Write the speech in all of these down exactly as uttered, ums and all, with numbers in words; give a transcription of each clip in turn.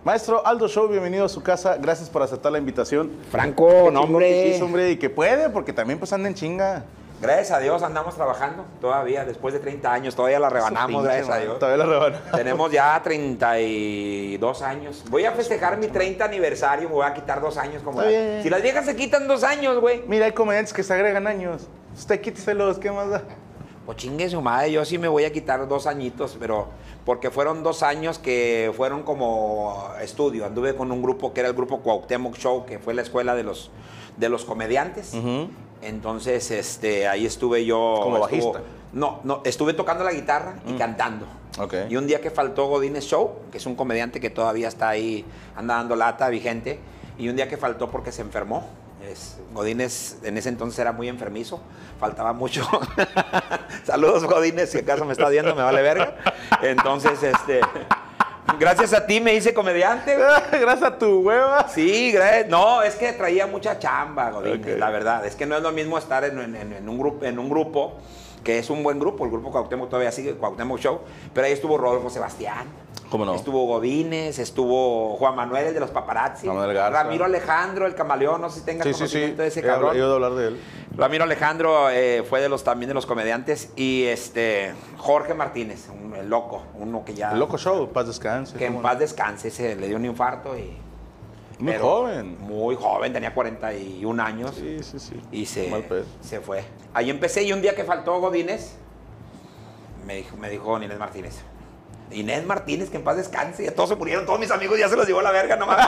Maestro Aldo Show, bienvenido a su casa. Gracias por aceptar la invitación. Franco, no, hombre. Quiso, hombre. Y que puede, porque también pues anda en chinga. Gracias a Dios andamos trabajando todavía, después de treinta años, todavía la rebanamos, pinche, gracias a Dios. Todavía la rebanamos. Tenemos ya treinta y dos años. Voy a festejar mi treinta aniversario, me voy a quitar dos años como Está la... bien. Si las viejas se quitan dos años, güey. Mira, hay comediantes que se agregan años. Usted quíteselos, ¿qué más da? Pues chingue su madre, yo sí me voy a quitar dos añitos, pero porque fueron dos años que fueron como estudio. Anduve con un grupo que era el grupo Cuauhtémoc Show, que fue la escuela de los, de los comediantes. Uh-huh. Entonces, este, ahí estuve yo... ¿Como estuvo, bajista? No, no, estuve tocando la guitarra y Mm. cantando. Okay. Y un día que faltó Godínez Show, que es un comediante que todavía está ahí, anda dando lata, vigente, y un día que faltó porque se enfermó. Es, Godínez en ese entonces era muy enfermizo, faltaba mucho. Saludos, Godínez, si acaso me está viendo, me vale verga. Entonces, este... Gracias a ti me hice comediante. Gracias a tu hueva. Sí, gracias. No, es que traía mucha chamba, Godínez, Okay. la verdad. Es que no es lo mismo estar en, en, en, un grupo, en un grupo, que es un buen grupo, el grupo Cuauhtémoc todavía sigue, Cuauhtémoc Show, pero ahí estuvo Rodolfo Sebastián. ¿Cómo no? Estuvo Godínez, estuvo Juan Manuel, el de los paparazzi. Manuel Garza. Ramiro Alejandro, el camaleón, no sé si tengas Sí, sí, sí. conocimiento de ese He cabrón. oído hablar de él. Ramiro Alejandro eh, fue de los, también de los comediantes. Y este Jorge Martínez, un, el loco, uno que ya... El Loco Show, paz descanse. Que en ¿cómo paz no? descanse, se le dio un infarto y... Muy pero joven. Muy joven, tenía cuarenta y un años. Sí, sí, sí. Y se, Mal pedo. se fue. Ahí empecé y un día que faltó Godínez, me dijo, me dijo Inés Martínez. Inés Martínez, que en paz descanse. Ya todos se murieron, todos mis amigos ya se los llevó a la verga nomás.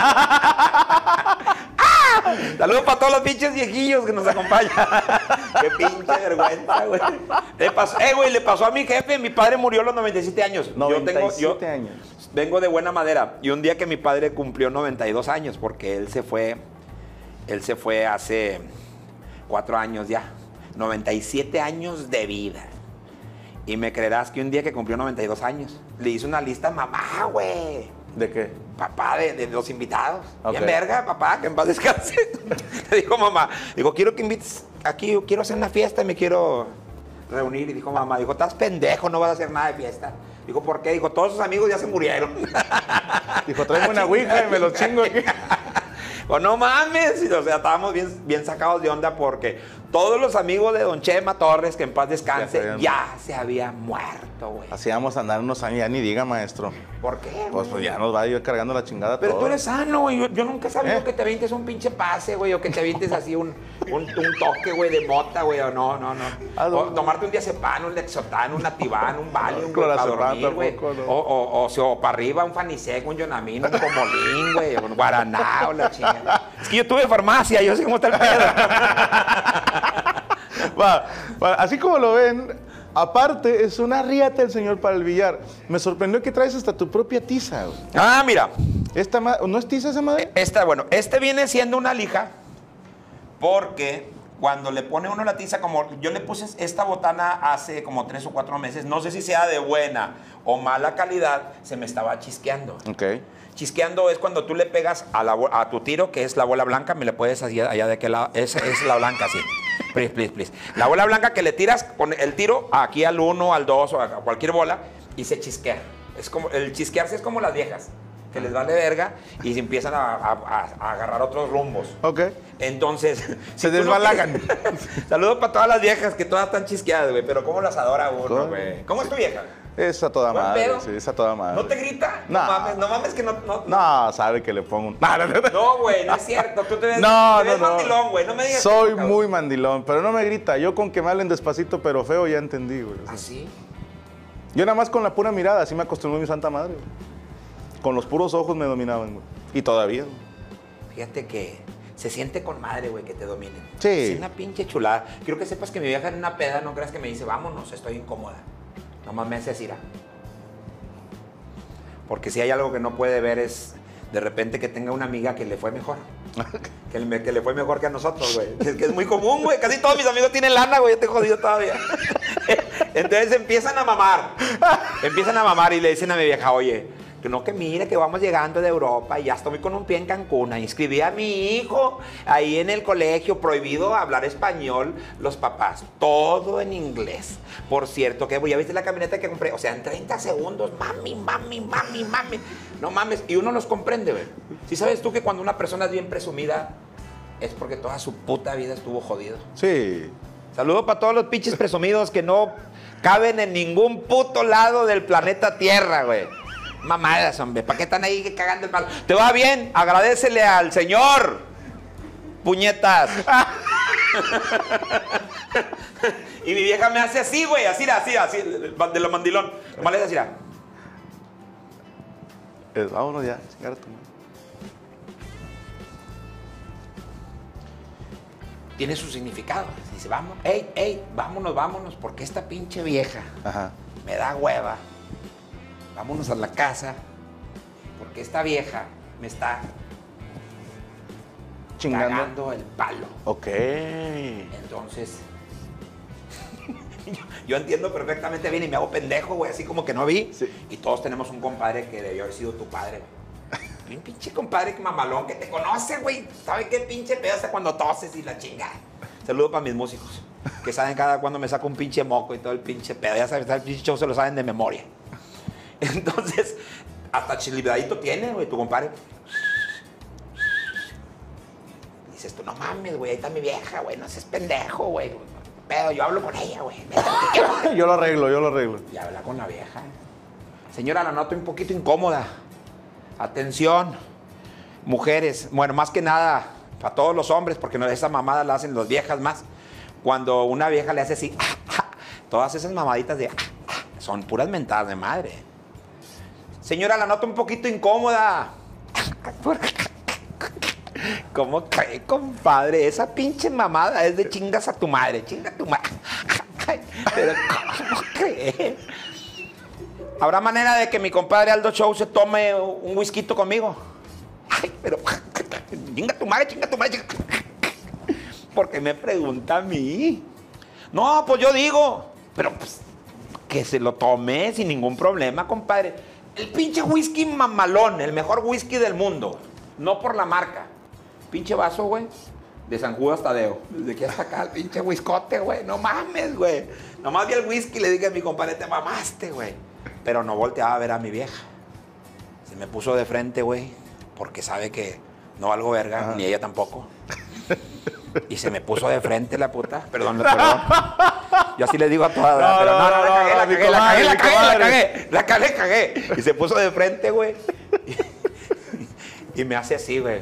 ¡Ah! Saludos para todos los pinches viejillos que nos acompañan. Qué pinche vergüenza, güey. Le pasó, eh, güey, le pasó a mi jefe. Mi padre murió a los noventa y siete años. noventa y yo siete tengo, yo años. vengo de buena madera. Y un día que mi padre cumplió noventa y dos años, porque él se fue, él se fue hace cuatro años ya. noventa y siete años de vida. Y me creerás que un día que cumplió noventa y dos años, le hice una lista a mamá, güey. ¿De qué? Papá de, de los invitados. Ok. Bien verga, papá, que en paz descanse. Le dijo mamá, digo, quiero que invites aquí, quiero hacer una fiesta y me quiero reunir. Y dijo mamá, dijo, estás pendejo, no vas a hacer nada de fiesta. Dijo, ¿por qué? Dijo, todos sus amigos ya se murieron. Dijo, tráeme una ouija y me los chingo aquí. O no mames, o sea, estábamos bien, bien sacados de onda porque todos los amigos de don Chema Torres, que en paz descanse, Ya se habían- ya se habían muerto, güey. Así vamos a andar unos años, ya ni diga, maestro. ¿Por qué, Pues, güey? pues ya nos va a ir cargando la chingada Pero todo. tú eres sano, güey. Yo, yo nunca he sabido ¿Eh? que te avientes un pinche pase, güey, o que te avientes así un, un, un toque, güey, de mota, güey, o no, no, no. Ah, no. O tomarte un diazepam, un lexotan, un nativán, un valium, güey, para Clorazepam dormir, güey. tampoco, no. O, o, o, si- o para arriba un fanisec, un yonamín, un comolín, güey, un guaraná, o la chingada. Es que yo tuve farmacia, yo sé cómo está el pedo. Va, va, así como lo ven, aparte es una riata el señor para el billar. Me sorprendió que traes hasta tu propia tiza, güey. Ah, mira. Esta ma- ¿No es tiza esa madre? Esta, bueno, este viene siendo una lija porque cuando le pone uno la tiza, como yo le puse esta botana hace como tres o cuatro meses, no sé si sea de buena o mala calidad, se me estaba chisqueando. Ok. Chisqueando es cuando tú le pegas a, la, bo- a tu tiro, que es la bola blanca, me le puedes allá, allá de qué lado, es, es la blanca, sí. Please, please, please. La bola blanca que le tiras con el tiro aquí al uno, al dos o a cualquier bola y se chisquea. Es como, el chisquearse es como las viejas, que les vale verga y se empiezan a, a- a- a agarrar otros rumbos. Ok. Entonces, Se tú no desbalagan. quieres- Saludos para todas las viejas que todas están chisqueadas, güey, pero cómo las adora uno, ¿Cómo? güey. ¿Cómo es tu vieja? Es a toda ¿Buen madre, pedo? sí, es a toda madre. ¿No te grita? No. No mames, no mames que no... no, No, sabe que le pongo un... No, no, no. No, güey, no es cierto. Tú te ves, No, te ves no, no. mandilón, güey. No me digas Soy que no, muy mandilón, pero no me grita. Yo con que me hablen despacito pero feo ya entendí, güey. ¿Ah, sí? Yo nada más con la pura mirada, así me acostumbró mi santa madre, güey. Con los puros ojos me dominaban, güey. Y todavía, güey. Fíjate que se siente con madre, güey, que te dominen. Sí. Es una pinche chulada. Quiero que sepas que mi vieja en una peda, no creas que me dice, vámonos, estoy incómoda. Nomás me hace así, ¿ra? Porque si hay algo que no puede ver es de repente que tenga una amiga que le fue mejor. Que le, que le fue mejor que a nosotros, güey. Es que es muy común, güey. Casi todos mis amigos tienen lana, güey. Yo te he jodido todavía. Entonces empiezan a mamar. Empiezan a mamar y le dicen a mi vieja, oye, Que no, que mire que vamos llegando de Europa y ya estoy con un pie en Cancún. Ahí inscribí a mi hijo ahí en el colegio, prohibido hablar español, los papás, todo en inglés. Por cierto, que ya viste la camioneta que compré, o sea, en treinta segundos, mami, mami, mami, mami. No mames, y uno los comprende, güey. ¿Sí sabes tú que cuando una persona es bien presumida es porque toda su puta vida estuvo jodido? Sí. Saludo para todos los pinches presumidos que no caben en ningún puto lado del planeta Tierra, güey. Mamadas, hombre. ¿Para qué están ahí cagando el palo? ¿Te va bien? Agradécele al Señor. Puñetas. Y mi vieja me hace así, güey. Así, así, así. De lo mandilón. Nomás le hace así. Eh, vámonos ya. Chingar a tu madre. Tiene su significado. Dice, vamos, ey, ey, vámonos, vámonos. Porque esta pinche vieja Ajá. me da hueva. Vámonos a la casa, porque esta vieja me está Chingando. cagando el palo. Ok. Entonces, yo, yo entiendo perfectamente bien y me hago pendejo, güey, así como que no vi. Sí. Y todos tenemos un compadre que debió haber sido tu padre, güey. Un pinche compadre que mamalón que te conoce, güey. ¿Sabe qué pinche pedo hasta cuando toses y la chingada? Saludo para mis músicos, que saben cada cuando me saco un pinche moco y todo el pinche pedo. Ya sabes, el pinche show se lo saben de memoria. Entonces, hasta chilibadito tiene, güey, tu compadre. Dices tú, no mames, güey, ahí está mi vieja, güey, no seas pendejo, güey. Pero yo hablo con ella, güey. Yo lo arreglo, yo lo arreglo. Y habla con la vieja. Señora, la noto un poquito incómoda. Atención, mujeres, bueno, más que nada, para todos los hombres, porque no, esa mamada la hacen las viejas más. Cuando una vieja le hace así, todas esas mamaditas de son puras mentadas de madre. Señora, la noto un poquito incómoda. ¿Cómo cree, compadre? Esa pinche mamada es de chingas a tu madre. Chinga a tu madre. Pero ¿cómo cree? ¿Habrá manera de que mi compadre Aldo Show se tome un whisky conmigo? Ay, pero chinga a tu madre, chinga a tu madre. Porque me pregunta a mí. No, pues yo digo. Pero pues que se lo tome sin ningún problema, compadre. El pinche whisky mamalón, el mejor whisky del mundo. No por la marca. Pinche vaso, güey, de San Judas Tadeo. Desde aquí hasta acá, el pinche whiskote, güey. No mames, güey. Nomás vi el whisky y le dije a mi compadre, te mamaste, güey. Pero no volteaba a ver a mi vieja. Se me puso de frente, güey, porque sabe que no valgo verga, ajá, ni ella tampoco. Y se me puso de frente la puta. Perdón, perdón. Yo así le digo a todas. No, pero no, no, no, la cagué, la cagué, la cagué, la cagué, la cagué, la cagué, cagué. Y se puso de frente, güey. Y, y me hace así, güey.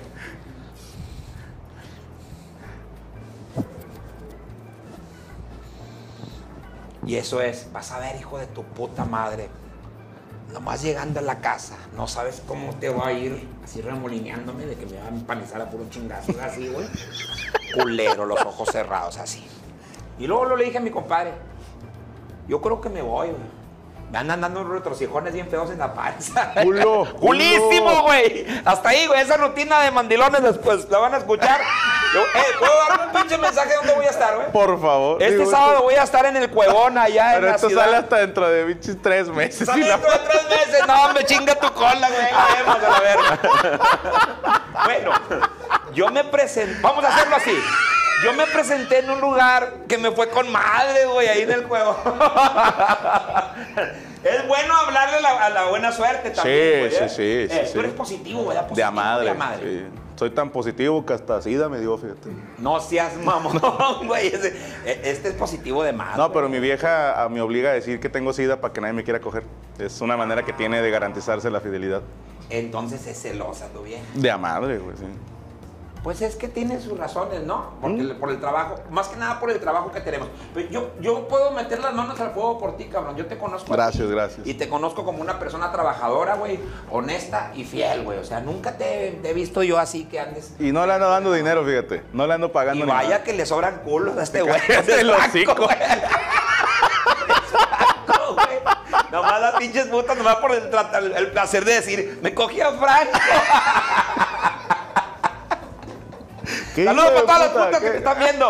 Y eso es, vas a ver, hijo de tu puta madre. Nomás llegando a la casa, no sabes cómo te va a ir, así remolineándome de que me va a empanizar a puro chingazo, así, güey. Culero, los ojos cerrados, así. Y luego lo le dije a mi compadre, yo creo que me voy, güey. Me andan dando unos retrocijones bien feos en la panza. ¡Culo! ¡Culísimo, güey! Hasta ahí, güey, esa rutina de mandilones después la van a escuchar. Yo, eh, ¿puedo darme un pinche mensaje de dónde voy a estar, güey? Por favor. Este digo, sábado voy a estar en el Cuevón, allá pero en la esto ciudad. sale hasta dentro de pinches tres meses. Sale y dentro la... de tres meses. No, me chinga tu cola, güey. Vamos a la verga. Bueno, yo me presenté. Vamos a hacerlo así. Yo me presenté en un lugar que me fue con madre, güey, ahí en el Cuevón. Es bueno hablarle a la, a la buena suerte también. Sí, güey, sí, ¿eh? sí, eh, sí. Tú eres positivo, ¿verdad? Positivo de a madre. De a madre. Sí. Soy tan positivo que hasta SIDA me dio, fíjate. No seas mamón, güey. Este es positivo de madre. No, pero mi vieja a, me obliga a decir que tengo SIDA para que nadie me quiera coger. Es una manera que tiene de garantizarse la fidelidad. Entonces es celosa tu vieja. De a madre, güey, sí. Pues es que tiene sus razones, ¿no? Porque ¿Mm? Por el trabajo, más que nada por el trabajo que tenemos. Pero yo, yo puedo meter las manos al fuego por ti, cabrón. Yo te conozco. Gracias, gracias. Y te conozco como una persona trabajadora, güey, honesta y fiel, güey. O sea, nunca te, te he visto yo así que andes. Y no le ando dando dinero, fíjate. No le ando pagando y ni vaya nada. Que le sobran culos a este güey. Cállate el hocico. Nomás las pinches putas, nomás por el, el, el placer de decir, me cogí a Franco. Saludos para todas las putas que te están viendo.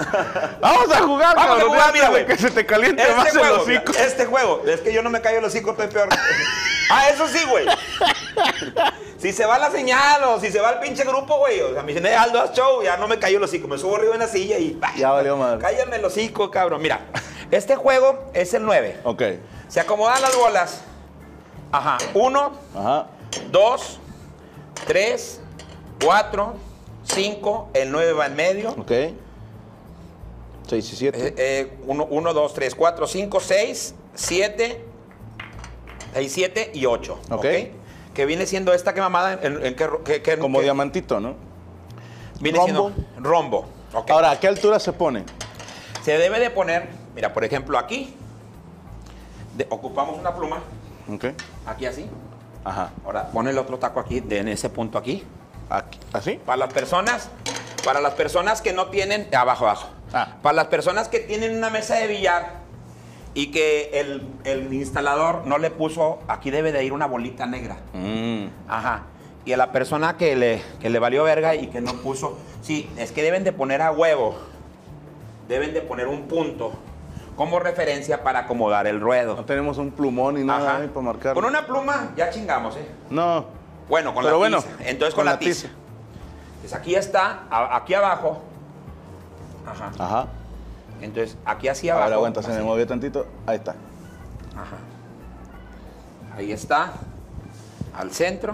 Vamos a jugar, Vamos a cabrón, jugar, antes mira, de güey. que se te caliente Este más el juego, hocico. mira, este juego, es que yo no me callo el hocico, estoy peor. Ah, eso sí, güey. Si se va la señal o si se va el pinche grupo, güey. O sea, me dicen, eh, Aldo, haz show, ya no me callo el hocico. Me subo arriba en la silla y... Ya valió madre. Cállame el hocico, cabrón. Mira, este juego es el nueve. Ok. Se acomodan las bolas. Ajá. Uno, Ajá. dos, tres, cuatro, cinco. El nueve va en medio. Ok. seis y siete. Eh, eh, uno, uno, dos, tres, cuatro, cinco, seis, siete, seis, siete y ocho. Ok. ¿Okay? Que viene siendo esta que mamada en, en que, que, que- Como que diamantito, ¿no? viene rombo. siendo rombo. ¿Ok? Ahora, ¿a qué altura se pone? Se debe de poner, mira, por ejemplo, aquí de- ocupamos una pluma, Ok. aquí así. Ajá. Ahora pon el otro taco aquí, de, en ese punto aquí. Aquí. ¿Así? Para las personas, para las personas que no tienen, abajo, abajo. Ah. Para las personas que tienen una mesa de billar y que el, el instalador no le puso, aquí debe de ir una bolita negra. Mm. Ajá. Y a la persona que le, que le valió verga y que no puso, sí, es que deben de poner a huevo, deben de poner un punto como referencia para acomodar el ruedo. No tenemos un plumón ni nada Ajá. ahí para marcar. Con una pluma ya chingamos, ¿eh? No. Bueno, con Pero la bueno, tiza. Entonces con, la tiza. Pues aquí está, a- aquí abajo. Ajá. Ajá. Entonces, aquí hacia A abajo. ver, aguanta, se me así. movió tantito. Ahí está. Ajá. Ahí está. Al centro.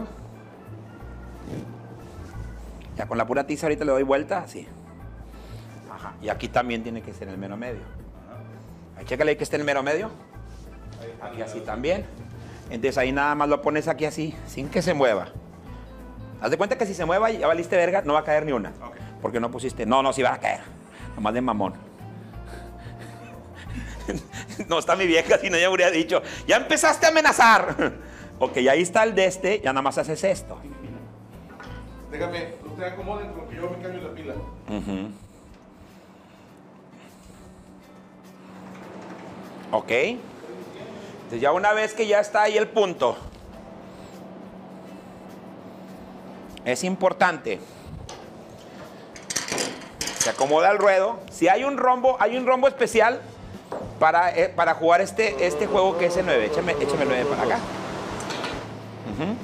Ya con la pura tiza ahorita le doy vuelta, así. Ajá. Y aquí también tiene que ser el mero medio. Ahí, chécale ahí que esté el mero medio. Aquí así también. Entonces ahí nada más lo pones aquí así, sin que se mueva. Haz de cuenta que si se mueva y ya valiste verga, no va a caer ni una. Porque no pusiste. No, no, sí va a caer. Nomás de mamón. No está mi vieja, si no ya habría dicho, ya empezaste a amenazar. Ok, ahí está el de este, ya nada más haces esto. Déjame, usted acomode porque yo me cambio la pila. Ujú. Ok. Entonces ya una vez que ya está ahí el punto, es importante. Se acomoda el ruedo. Si hay un rombo, hay un rombo especial para, eh, para jugar este, este juego que es el nueve. Échame, échame el nueve para acá. Ujú.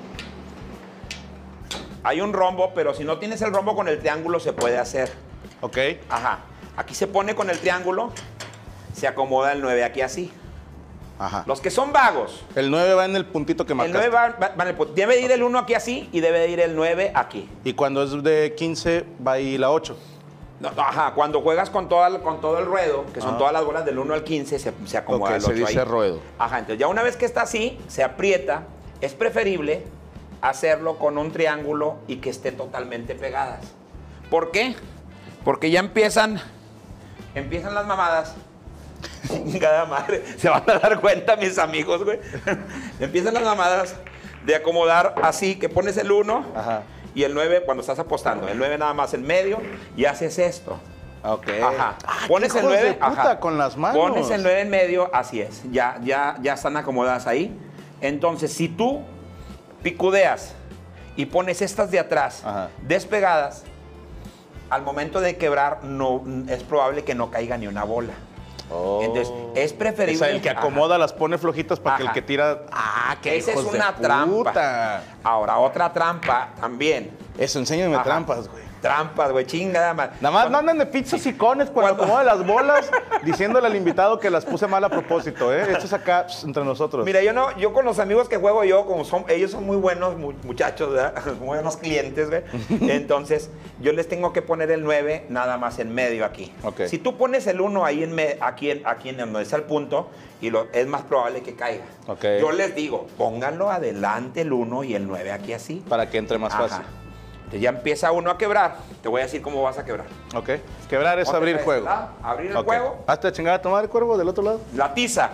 Hay un rombo, pero si no tienes el rombo con el triángulo se puede hacer. Ok. Ajá. Aquí se pone con el triángulo, se acomoda el nueve aquí así. Ajá. Los que son vagos, El nueve va en el puntito que el marcaste. nueve va, va- va en el pu- debe de ir el uno aquí así y debe de ir el nueve aquí. Y cuando es de quince va ahí la ocho. No, no, ajá, cuando juegas con, toda, el- con todo el ruedo, que son Ajá. todas las bolas del uno al quince, se, se acomoda Ok, el se ocho dice ahí. ruedo. Ajá, entonces ya una vez que está así, se aprieta, es preferible hacerlo con un triángulo y que esté totalmente pegadas. ¿Por qué? Porque ya empiezan, empiezan las mamadas. Chingada madre, se van a dar cuenta mis amigos, güey. Empiezan las mamadas de acomodar así, que pones el uno Ajá. y el nueve cuando estás apostando. El nueve nada más en medio y haces esto. Ok. Ajá. Ah, Pones qué el hijos nueve, de puta, ajá. con las manos. Pones el nueve en medio, así es. Ya, ya, ya están acomodadas ahí. Entonces, si tú picudeas y pones estas de atrás Ajá. despegadas, al momento de quebrar no, es probable que no caiga ni una bola. Oh. Entonces, es preferible... O sea, el que Ajá. acomoda las pone flojitas para que el Ajá. que tira. Ah, qué Esa es hijos de una trampa. puta. Ahora, otra trampa también. Eso, enséñame Ajá. trampas, güey. Trampas, güey, chingada madre. Nada más no anden de pizzas icones cuando cuando- acomodan las bolas, diciéndole al invitado que las puse mal a propósito, ¿eh? Esto es acá pss, entre nosotros. Mira, yo no, yo con los amigos que juego yo, como son, ellos son muy buenos mu- muchachos, ¿verdad? Muy buenos clientes, güey. Entonces, yo les tengo que poner el nueve nada más en medio aquí. Ok. Si tú pones el uno ahí en me- aquí, en, aquí en donde está el punto, y lo, es más probable que caiga. Ok. Yo les digo, pónganlo adelante el uno y el nueve aquí así. Para que entre más Ajá. fácil. Entonces ya empieza uno a quebrar. Te voy a decir cómo vas a quebrar. Ok. Quebrar es Ponte abrir de este juego. lado, abrir el Ok. juego. Hazte chingada a tomar el cuervo del otro lado. La tiza.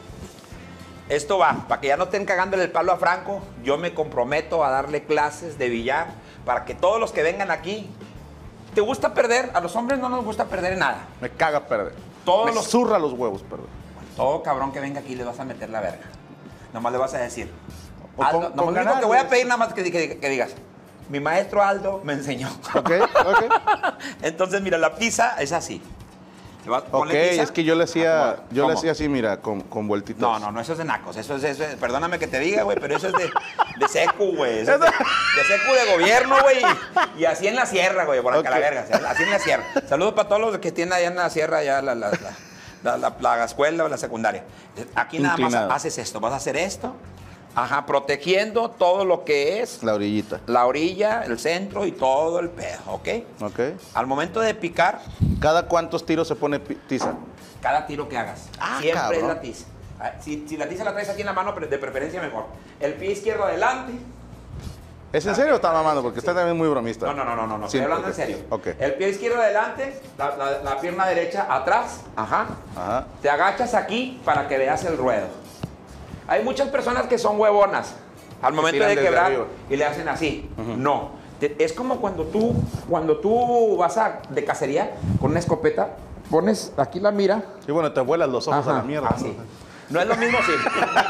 Esto va, para que ya no estén cagándole el palo a Franco, yo me comprometo a darle clases de billar para que todos los que vengan aquí. ¿Te gusta perder? A los hombres no nos gusta perder en nada. Me caga perder. Todos Me los- zurra los huevos perder. Todo cabrón que venga aquí le vas a meter la verga. Nomás le vas a decir. O Aldo, con- nomás con lo único ganar, que voy a güey. pedir nada más que, que- que digas. mi maestro Aldo me enseñó. Ok, ok. Entonces, mira, la tiza es así. Va, ok, tiza. es que yo le hacía, ¿Cómo? yo le hacía así, mira, con, con vueltitas. No, no, no, eso es de nacos. Eso es, eso es perdóname que te diga, güey, pero eso es de, de secu, güey. Eso es de, de secu de gobierno, güey. Y, y así en la sierra, güey, por acá okay. La verga. Así en la sierra. Saludos para todos los que tienen allá en la sierra, ya la, la, la, la, la, la escuela o la secundaria. Aquí nada Inclinado. Más haces esto. Vas a hacer esto. Ajá, protegiendo todo lo que es... La orillita. La orilla, el centro y todo el pedo, ¿ok? Ok. Al momento de picar... ¿Cada cuántos tiros se pone tiza? Cada tiro que hagas. Ah, siempre cabrón. es la tiza. Si, si la tiza la traes aquí en la mano, de preferencia mejor. El pie izquierdo adelante. ¿Es en serio o está mamando? Porque sí. Está también muy bromista. No, no, no, no, no, no. Estoy hablando okay. en serio. Okay. El pie izquierdo adelante, la, la, la pierna derecha atrás. Ajá. Ajá. Te agachas aquí para que veas el ruedo. Hay muchas personas que son huevonas al momento de quebrar y le hacen así. Uh-huh. No. Es como cuando tú, cuando tú vas a, de cacería con una escopeta, pones aquí la mira. Y bueno, te vuelas los ojos. Ajá, a la mierda. Así. ¿No? No es lo mismo, sí.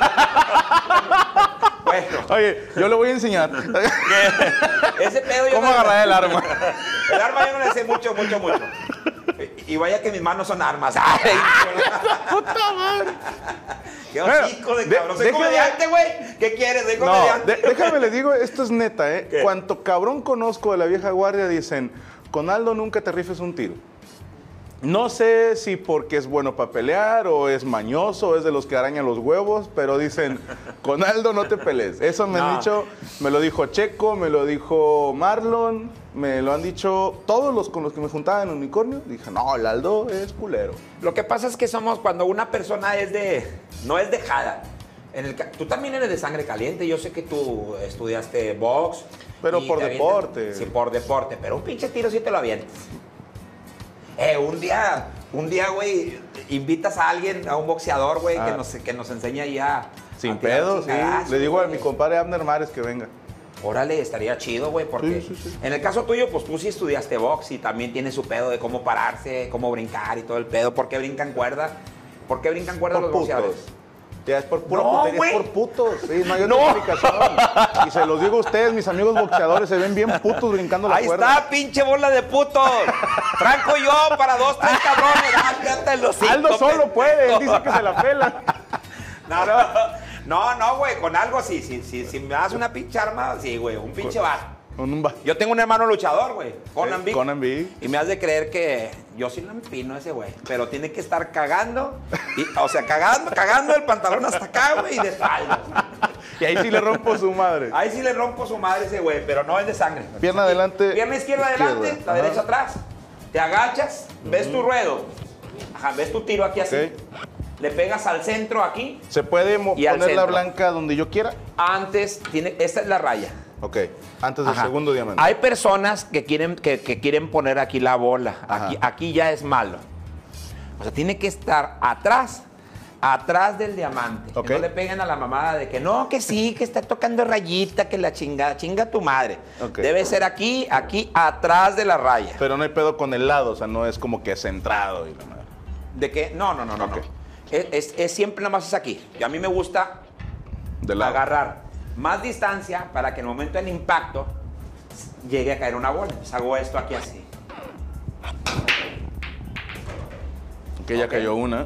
Bueno. Oye, yo le voy a enseñar. Ese pedo yo ¿Cómo no agarrar el arma? El arma yo no le sé mucho, mucho, mucho. Y vaya que mis manos son armas. ¡Ay! ¡Puta madre! ¡Qué hocico de cabrón! Soy déjame, comediante, güey. ¿Qué quieres? Soy no, comediante. De, déjame le digo, esto es neta, ¿eh? ¿Qué? Cuanto cabrón conozco de la vieja guardia, dicen, con Aldo nunca te rifes un tiro. No sé si porque es bueno para pelear o es mañoso o es de los que arañan los huevos, pero dicen, con Aldo no te pelees. Eso me no. han dicho, me lo dijo Checo, me lo dijo Marlon, me lo han dicho todos los con los que me juntaba en Unicornio. Dije, no, el Aldo es culero. Lo que pasa es que somos, cuando una persona es de, no es dejada. En el, tú también eres de sangre caliente, yo sé que tú estudiaste box. Pero por deporte. Avientas, sí, por deporte, pero un pinche tiro sí te lo avientas. Eh, un día, un día, güey, invitas a alguien, a un boxeador, güey, ah. que, nos, que nos enseñe ahí a... Sin a pedo, sí. Le digo wey. a mi compadre Abner Mares que venga. Órale, estaría chido, güey, porque sí, sí, sí. en el caso tuyo, pues tú sí estudiaste box y también tienes su pedo de cómo pararse, cómo brincar y todo el pedo. ¿Por qué brincan cuerda? ¿Por qué brincan cuerda los putos. boxeadores? Ya es por pura no, putería, es por putos. Sí, no hay otra no. explicación. Y se los digo a ustedes, mis amigos boxeadores, se ven bien putos brincando la Ahí cuerda. Ahí está, pinche bola de putos. Franco y yo para dos, tres cabrones. Ah, los cinco, Aldo solo puede, él dice que se la pela. No, no, no, no, güey, con algo sí, sí, sí, si me das una pinche arma, sí, güey, un pinche bar. Con un bar. Yo tengo un hermano luchador, güey, Conan Big. Conan Big. Y me has de creer que yo sí lo empino ese güey, pero tiene que estar cagando, y, o sea, cagando, cagando el pantalón hasta acá, güey, y de espalda. Y ahí sí le rompo su madre. Ahí sí le rompo su madre ese güey, pero no es de sangre. Pierna adelante. Pierna izquierda adelante, izquierda. la derecha atrás. Te agachas, ves uh-huh. tu ruedo. Ajá, ves tu tiro aquí así. Okay. Le pegas al centro aquí. ¿Se puede poner la blanca donde yo quiera? Antes, tiene, esta es la raya. Ok, antes del Ajá. segundo diamante. Hay personas que quieren, que, que quieren poner aquí la bola. Aquí, aquí ya es malo. O sea, tiene que estar atrás, atrás del diamante. Okay. Que no le peguen a la mamada de que no, que sí, que está tocando rayita, que la chingada, chinga tu madre. Okay. Debe ser aquí, aquí, atrás de la raya. Pero no hay pedo con el lado, o sea, no es como que centrado y la madre. ¿De qué? No, no, no, no. Okay. no. Es, es, es siempre nada más es aquí. Y a mí me gusta agarrar más distancia para que en el momento del impacto llegue a caer una bola. Entonces hago esto aquí así. Ok, ya okay. cayó una.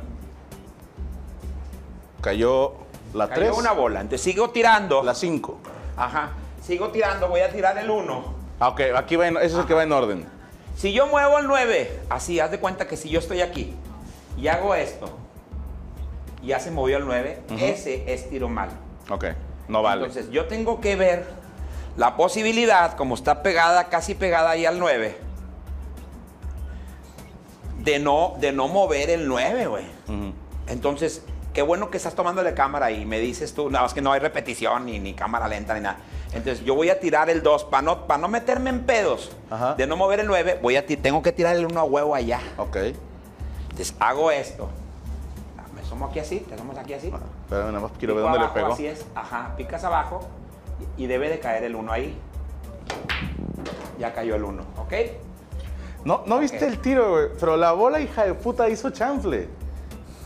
Cayó la tres. Cayó una bola. Entonces sigo tirando. La cinco. Ajá. Sigo tirando. Voy a tirar el uno. Ah, ok. Aquí va en, ese es el que va en orden. Si yo muevo el nueve, así, haz de cuenta que si yo estoy aquí y hago esto, y ya se movió el nueve, uh-huh. ese es tiro malo. Ok. No vale. Entonces, yo tengo que ver la posibilidad, como está pegada, casi pegada ahí al nueve, de no, de no mover el nueve, güey. Uh-huh. Entonces, qué bueno que estás tomándole cámara y me dices tú, no, es que no hay repetición, ni, ni cámara lenta, ni nada. Entonces, yo voy a tirar el dos, para no, pa no meterme en pedos, uh-huh. de no mover el nueve, voy a tengo que tirar el uno a huevo allá. Ok. Entonces, hago esto. Me asomo aquí así, te asomas aquí así. Ah, pero nada más quiero ver dónde abajo, le pegó. Así es, ajá, picas abajo y, y debe de caer el uno ahí. Ya cayó el uno, ¿ok? No, no okay. viste el tiro, güey, pero la bola, hija de puta, hizo chanfle.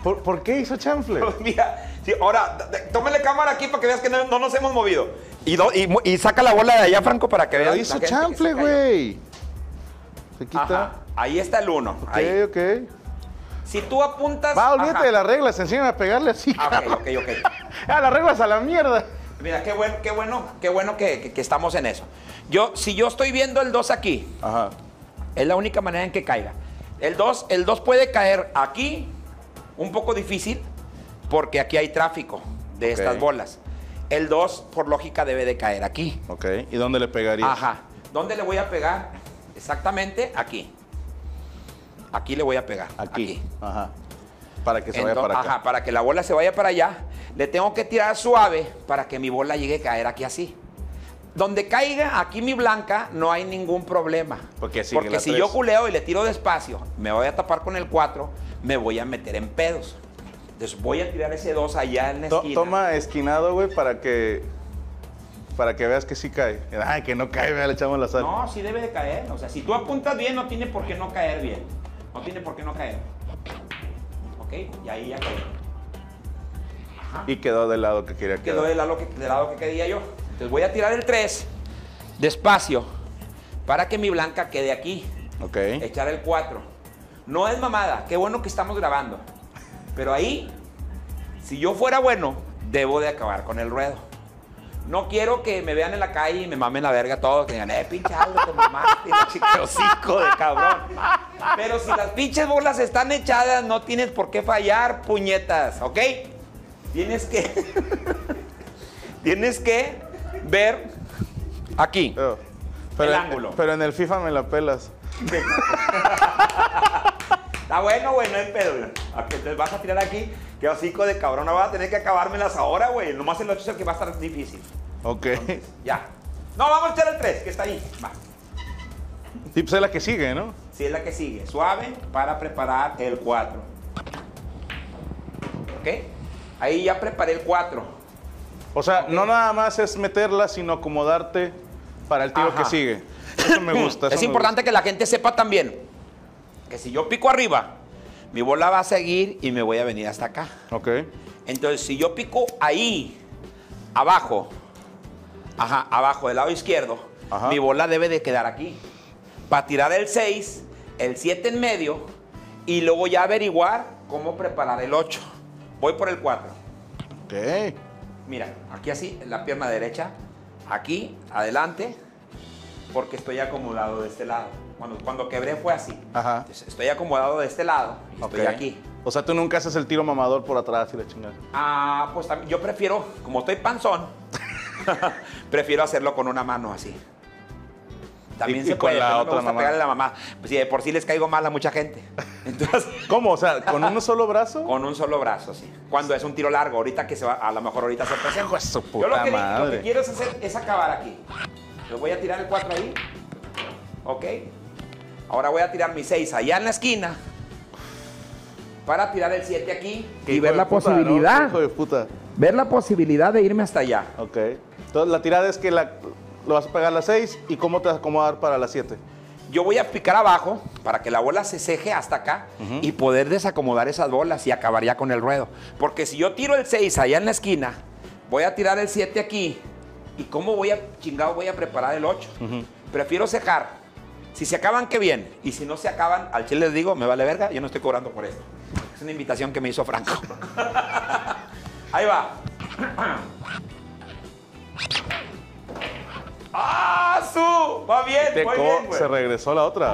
¿Por, ¿por qué hizo chanfle? Mira, sí, ahora, tómale cámara aquí para que veas que no, no nos hemos movido. Y, do, y, y saca la bola de allá, Franco, para que Pero veas. hizo chanfle, güey. Se quita. Ajá, ahí está el uno. Ok, ahí. ok. Si tú apuntas... Va, olvídate ajá. de las reglas, enséñame a pegarle así. Ah, ok, ok, ok. Ah, las reglas a la mierda. Mira, qué bueno, qué bueno, qué bueno que, que, que estamos en eso. Yo, si yo estoy viendo el dos aquí, Ajá. es la única manera en que caiga. El dos, el dos puede caer aquí, un poco difícil, porque aquí hay tráfico de Ok. estas bolas. El dos, por lógica, debe de caer aquí. Ok, ¿y dónde le pegarías? Ajá. ¿Dónde le voy a pegar? Exactamente aquí. Aquí le voy a pegar. Aquí. Aquí. Ajá. Para que se Entonces, vaya para acá. Ajá, para que la bola se vaya para allá, le tengo que tirar suave para que mi bola llegue a caer aquí así. Donde caiga aquí mi blanca, no hay ningún problema. Porque sigue Porque la si tres. yo culeo y le tiro despacio, me voy a tapar con el cuatro, me voy a meter en pedos. Entonces voy a tirar ese dos allá en la To- esquina. Toma esquinado, güey, para que para que veas que sí cae. Ay, que no cae, vea, le echamos la sal. No, sí debe de caer. O sea, si tú apuntas bien, no tiene por qué no caer bien. No tiene por qué no caer. ¿Ok? Y ahí ya cayó. Ajá. Y quedó del lado que quería Quedó quedar. del lado que, del lado que quería yo. Entonces voy a tirar el tres despacio para que mi blanca quede aquí. Ok. Echar el cuatro. No es mamada, qué bueno que estamos grabando. Pero ahí, si yo fuera bueno, debo de acabar con el ruedo. No quiero que me vean en la calle y me mamen la verga todos, que digan, eh, pinche Aldo, te mamaste, la chica hocico de cabrón. Pero si las pinches bolas están echadas, no tienes por qué fallar, puñetas, ¿ok? Tienes que... tienes que ver aquí. Pero, pero el en- ángulo. Pero en el FIFA me la pelas. Está bueno, güey, no hay pedo, güey. Entonces vas a tirar aquí, que hocico de cabrón, no vas a tener que acabármelas ahora, güey. Nomás el ocho es el que va a estar difícil. Ok. Ya. No, vamos a echar el tres, que está ahí. Va. Sí, pues es la que sigue, ¿no? Sí, es la que sigue. Suave para preparar el cuatro. ¿Ok? Ahí ya preparé el cuatro. O sea, Ok. no nada más es meterla, sino acomodarte para el tiro Ajá. que sigue. Eso me gusta. eso Es me importante que la gente sepa también que si yo pico arriba, mi bola va a seguir y me voy a venir hasta acá. gusta. Ok. Entonces, si yo pico ahí, abajo, ajá, abajo del lado izquierdo, Ajá. mi bola debe de quedar aquí. Para tirar el seis, el siete en medio y luego ya averiguar cómo preparar el ocho. Voy por el cuatro. Ok. Mira, aquí así, en la pierna derecha, aquí, adelante, porque estoy acomodado de este lado. Cuando, cuando quebré fue así. Ajá. Entonces, estoy acomodado de este lado y estoy Ok. aquí. O sea, tú nunca haces el tiro mamador por atrás y la chingada. Ah, pues también, yo prefiero, como estoy panzón, prefiero hacerlo con una mano así. También Y- se y con puede, la pero no otra me gusta nomás. pegarle a la mamá. Pues si de por sí les caigo mal a mucha gente. Entonces, ¿Cómo? O sea, ¿con un solo brazo? con un solo brazo, sí. Cuando es un tiro largo, ahorita que se va, a lo mejor ahorita se presenta. Hijo de su Yo puta lo que, lo madre. que quiero es hacer, es acabar aquí. Yo voy a tirar el cuatro ahí. Ok. Ahora voy a tirar mi seis allá en la esquina. Para tirar el siete aquí. Qué Y hijo ver de la puta, ¿no? posibilidad. Qué hijo de puta. Ver la posibilidad de irme hasta allá. Ok. Entonces, la tirada es que la, lo vas a pegar a las seis y cómo te vas a acomodar para las siete. Yo voy a picar abajo para que la bola se ceje hasta acá y poder desacomodar esas bolas y acabar ya con el ruedo. Porque si yo tiro el seis allá en la esquina, voy a tirar el siete aquí. ¿Y cómo voy a, chingado, voy a preparar el ocho? Prefiero cejar. Si se acaban, qué bien. Y si no se acaban, al chile les digo, me vale verga, yo no estoy cobrando por esto. Es una invitación que me hizo Franco. Ahí va. ¡Ah, su! Va bien, Te muy co- bien, güey. se regresó la otra.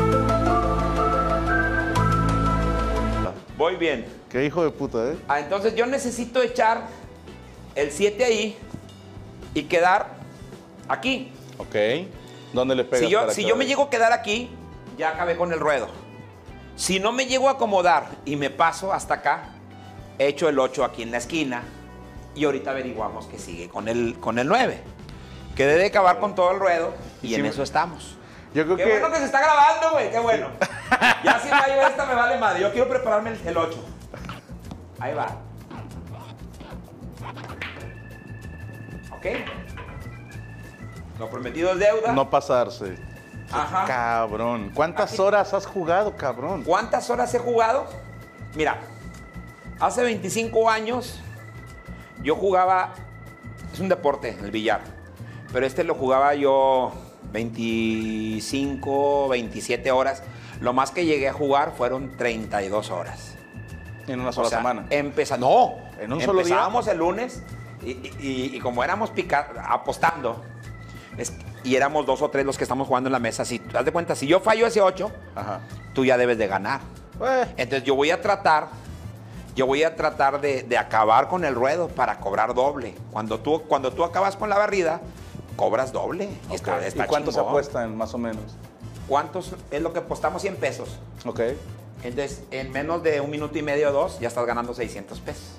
Voy bien. Qué hijo de puta, ¿eh? Ah, entonces yo necesito echar el siete ahí y quedar aquí. Ok. ¿Dónde le pegas Si yo, para si que yo me vaya? llego a quedar aquí, ya acabé con el ruedo. Si no me llego a acomodar y me paso hasta acá, echo el ocho aquí en la esquina y ahorita averiguamos que sigue con el, con el nueve. Que debe acabar con todo el ruedo y Y en si eso me- estamos. Yo creo Qué que... bueno que se está grabando, güey, qué bueno. Ya si fallo esta me vale madre. Yo quiero prepararme el, el ocho. Ahí va. ¿Ok? Lo prometido es deuda. No pasarse. Ajá. Cabrón. ¿Cuántas Aquí- horas has jugado, cabrón? ¿Cuántas horas he jugado? Mira, Hace veinticinco años yo jugaba, es un deporte, el billar, pero este lo jugaba yo veinticinco, veintisiete horas. Lo más que llegué a jugar fueron treinta y dos horas. En una sola o sea, semana. Empeza, no, en un solo día. Empezábamos el lunes y, y, y como éramos pica, apostando, es, y éramos dos o tres los que estamos jugando en la mesa, si haz de cuenta, si yo fallo ese ocho, Ajá. tú ya debes de ganar. Eh. Entonces yo voy a tratar, yo voy a tratar de, de acabar con el ruedo para cobrar doble. Cuando tú, cuando tú acabas con la barrida, cobras doble. Okay. Está, está ¿Y cuánto chingón. se apuestan más o menos? ¿Cuántos? Es lo que apostamos, cien pesos. Ok. Entonces, en menos de un minuto y medio o dos, ya estás ganando seiscientos pesos.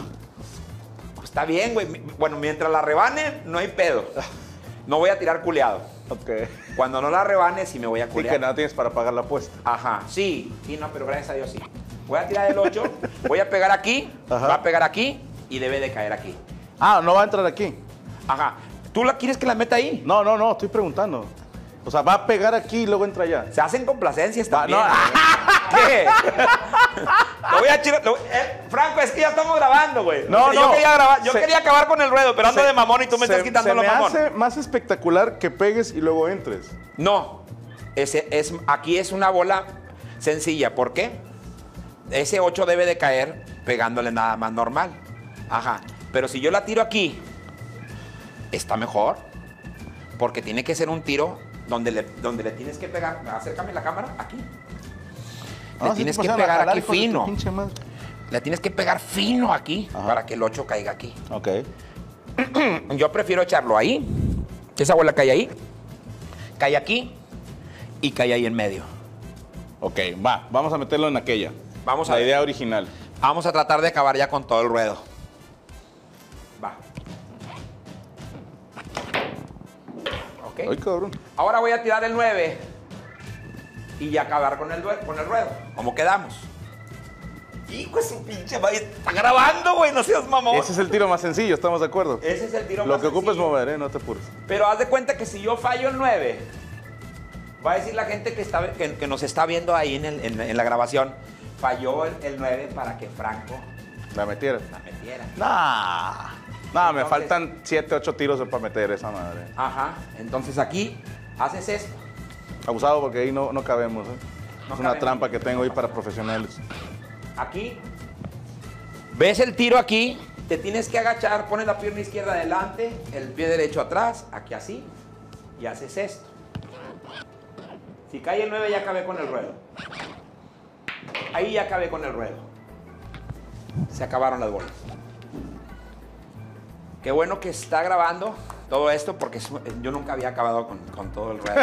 Pues está bien, güey. Bueno, mientras la rebane, no hay pedo. No voy a tirar culeado. Ok. Cuando no la rebane, sí me voy a culear. Sí, que no tienes para pagar la apuesta. Ajá, sí. Sí, no, pero gracias a Dios sí. Voy a tirar el ocho, voy a pegar aquí, Ajá. va a pegar aquí y debe de caer aquí. Ah, no va a entrar aquí. Ajá. ¿Tú la quieres que la meta ahí? No, no, no, estoy preguntando. O sea, va a pegar aquí y luego entra allá. Se hacen complacencias también. No. ¿Qué? Lo voy a chiro, lo, eh, Franco, es que ya estamos grabando, güey. No, yo no. Quería grabar, yo se, quería acabar con el ruedo, pero ando se, de mamón y tú me se, estás quitando lo mamón. Se me hace más espectacular que pegues y luego entres. No. Ese es, aquí es una bola sencilla. ¿Por qué? Ese ocho debe de caer pegándole nada más normal. Ajá. Pero si yo la tiro aquí, está mejor. Porque tiene que ser un tiro donde le, donde le tienes que pegar. Acércame la cámara, aquí. Le ah, tienes sí, que pegar aquí hijo fino. Le tienes que pegar fino aquí. Ajá. Para que el ocho caiga aquí. Ok. Yo prefiero echarlo ahí. Esa bola cae ahí. Cae aquí. Y cae ahí en medio. Ok, va. Vamos a meterlo en aquella. Vamos a La ver. idea original. Vamos a tratar de acabar ya con todo el ruedo. Va. Ok. Ay, cabrón. Ahora voy a tirar el nueve. Y ya acabar con el, con el ruedo. ¿Cómo quedamos? Hijo de su pinche madre. Está grabando, güey. No seas mamón. Ese es el tiro más sencillo, ¿estamos de acuerdo? Ese es el tiro Lo más sencillo. Lo que ocupes mover, ¿eh? No te apures. Pero haz de cuenta que si yo fallo el nueve, va a decir la gente que, está, que, que nos está viendo ahí en, el, en, en la grabación, falló el, el nueve para que Franco la metiera. La metiera. Nah. Nah, me faltan siete, ocho tiros para meter esa madre. Ajá. Entonces aquí haces esto. Abusado porque ahí no, no cabemos, ¿eh? No es una cabemos. trampa que tengo ahí para profesionales. Aquí. ¿Ves el tiro aquí? Te tienes que agachar, pones la pierna izquierda adelante, el pie derecho atrás, aquí así, y haces esto. Si cae el nueve ya acabé con el ruedo. Ahí ya acabé con el ruedo. Se acabaron las bolas. Qué bueno que está grabando todo esto porque yo nunca había acabado con, con todo el ruedo.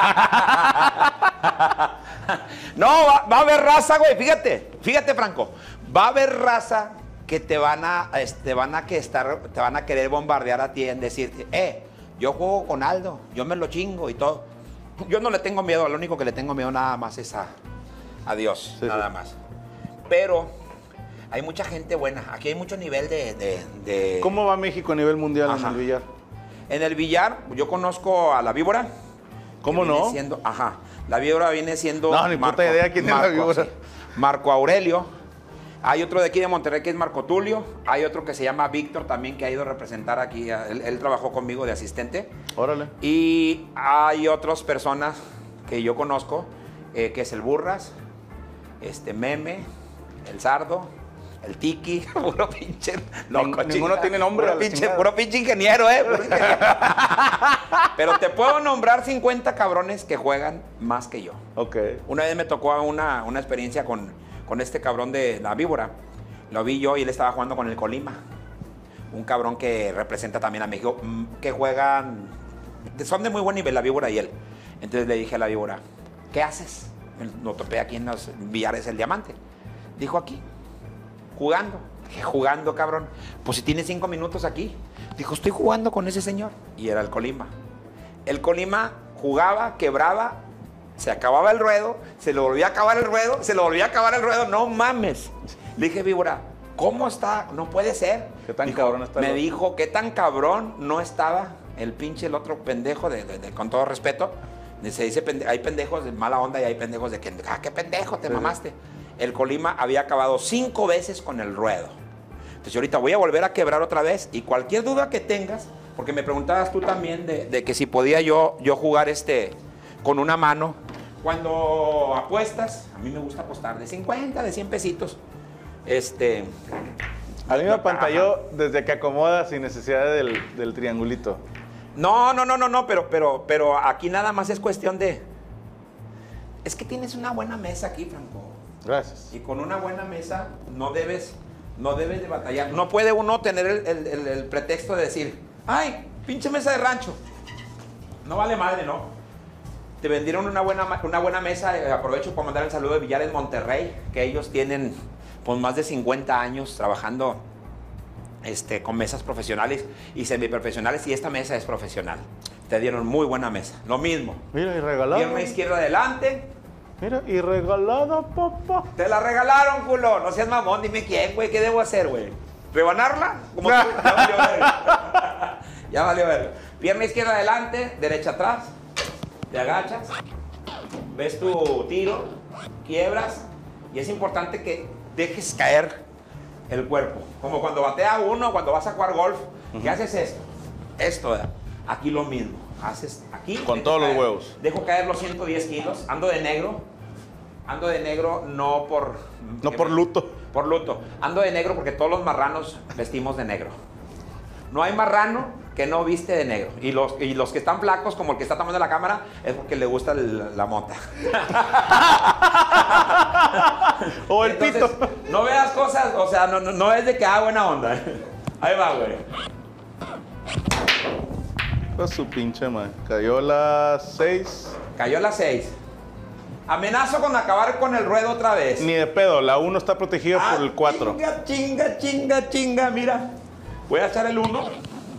No, va, va a haber raza, güey. Fíjate, fíjate, Franco. Va a haber raza que te van a, este, van a que estar, te van a querer bombardear a ti en decirte, eh, yo juego con Aldo, yo me lo chingo y todo. Yo no le tengo miedo, lo único que le tengo miedo nada más es a, a Dios, sí, nada sí. más. Pero hay mucha gente buena, aquí hay mucho nivel de... de, de... ¿Cómo va México a nivel mundial ajá. en el billar? En el billar, yo conozco a la víbora. ¿Cómo no? Siendo, ajá, la víbora viene siendo... No, ni Marco, puta idea quién Marco, es la víbora. Sí, Marco Aurelio. Hay otro de aquí de Monterrey que es Marco Tulio. Hay otro que se llama Víctor también que ha ido a representar aquí. Él, él trabajó conmigo de asistente. Órale. Y hay otras personas que yo conozco, eh, que es el Burras, este Meme, el Sardo, el Tiki, puro pinche loco. Ninguno chica. Tiene nombre. Puro pinche, puro pinche ingeniero, ¿eh? Puro ingeniero. Pero te puedo nombrar cincuenta cabrones que juegan más que yo. Ok. Una vez me tocó una, una experiencia con, con este cabrón de la víbora. Lo vi yo y él estaba jugando con el Colima. Un cabrón que representa también a México, que juegan, son de muy buen nivel la víbora y él. Entonces le dije a la víbora, ¿qué haces? Lo topé aquí en los billares El Diamante. Dijo, aquí, jugando. Dije, jugando, cabrón. Pues si tiene cinco minutos aquí. Dijo, estoy jugando con ese señor. Y era el Colima. El Colima jugaba, quebraba, se acababa el ruedo, se lo volvía a acabar el ruedo, se lo volvía a acabar el ruedo. No mames. Le dije, víbora, ¿cómo está? No puede ser. ¿Qué tan dijo, cabrón está? Me dijo, ¿qué tan cabrón no estaba el pinche, el otro pendejo, de, de, de, con todo respeto? Se dice, pende, hay pendejos de mala onda y hay pendejos de que, ah, qué pendejo, te sí, mamaste. el Colima había acabado cinco veces con el ruedo. Entonces yo ahorita voy a volver a quebrar otra vez y cualquier duda que tengas, porque me preguntabas tú también de, de que si podía yo, yo jugar este con una mano. Cuando apuestas, a mí me gusta apostar de cincuenta, de cien pesitos. Este... A mí me apantalló desde que acomoda sin necesidad del, del triangulito. No, no, no, no, no, pero, pero, pero aquí nada más es cuestión de... Es que tienes una buena mesa aquí, Franco. Gracias. Y con una buena mesa no debes, no debes de batallar. No puede uno tener el, el, el, el pretexto de decir, ay, pinche mesa de rancho. No vale madre, ¿no? Te vendieron una buena, una buena mesa. Eh, aprovecho para mandar el saludo de Villar en Monterrey, que ellos tienen pues, más de cincuenta años trabajando este, con mesas profesionales y semiprofesionales, y esta mesa es profesional. Te dieron muy buena mesa. Lo mismo. Mira, y regalada. Pierna izquierda adelante. Mira, y regalada, papá. Te la regalaron, culo. No seas mamón, dime quién, güey. ¿Qué debo hacer, güey? ¿Rebanarla? Como tú. Ya valió ver. Ya valió ver. Pierna izquierda adelante, derecha atrás. Te agachas. Ves tu tiro. Quiebras. Y es importante que dejes caer el cuerpo. Como cuando batea uno, cuando vas a jugar golf. Uh-huh. ¿Qué haces esto? Esto, ¿verdad? Aquí lo mismo. Haces aquí. Con todos caer, los huevos. Dejo caer los ciento diez kilos. Ando de negro. Ando de negro no por... No por luto. Por luto. Ando de negro porque todos los marranos vestimos de negro. No hay marrano que no viste de negro. Y los, y los que están flacos, como el que está tomando la cámara, es porque le gusta el, la mota. O el Entonces, pito. No veas cosas, o sea, no, no, no es de que haga buena onda. Ahí va, güey. Pues su pinche madre. Cayó la seis. Cayó la seis. Amenazo con acabar con el ruedo otra vez. Ni de pedo, la uno está protegida Ah, por el cuatro. Chinga, chinga, chinga, chinga, mira. Voy a echar el uno.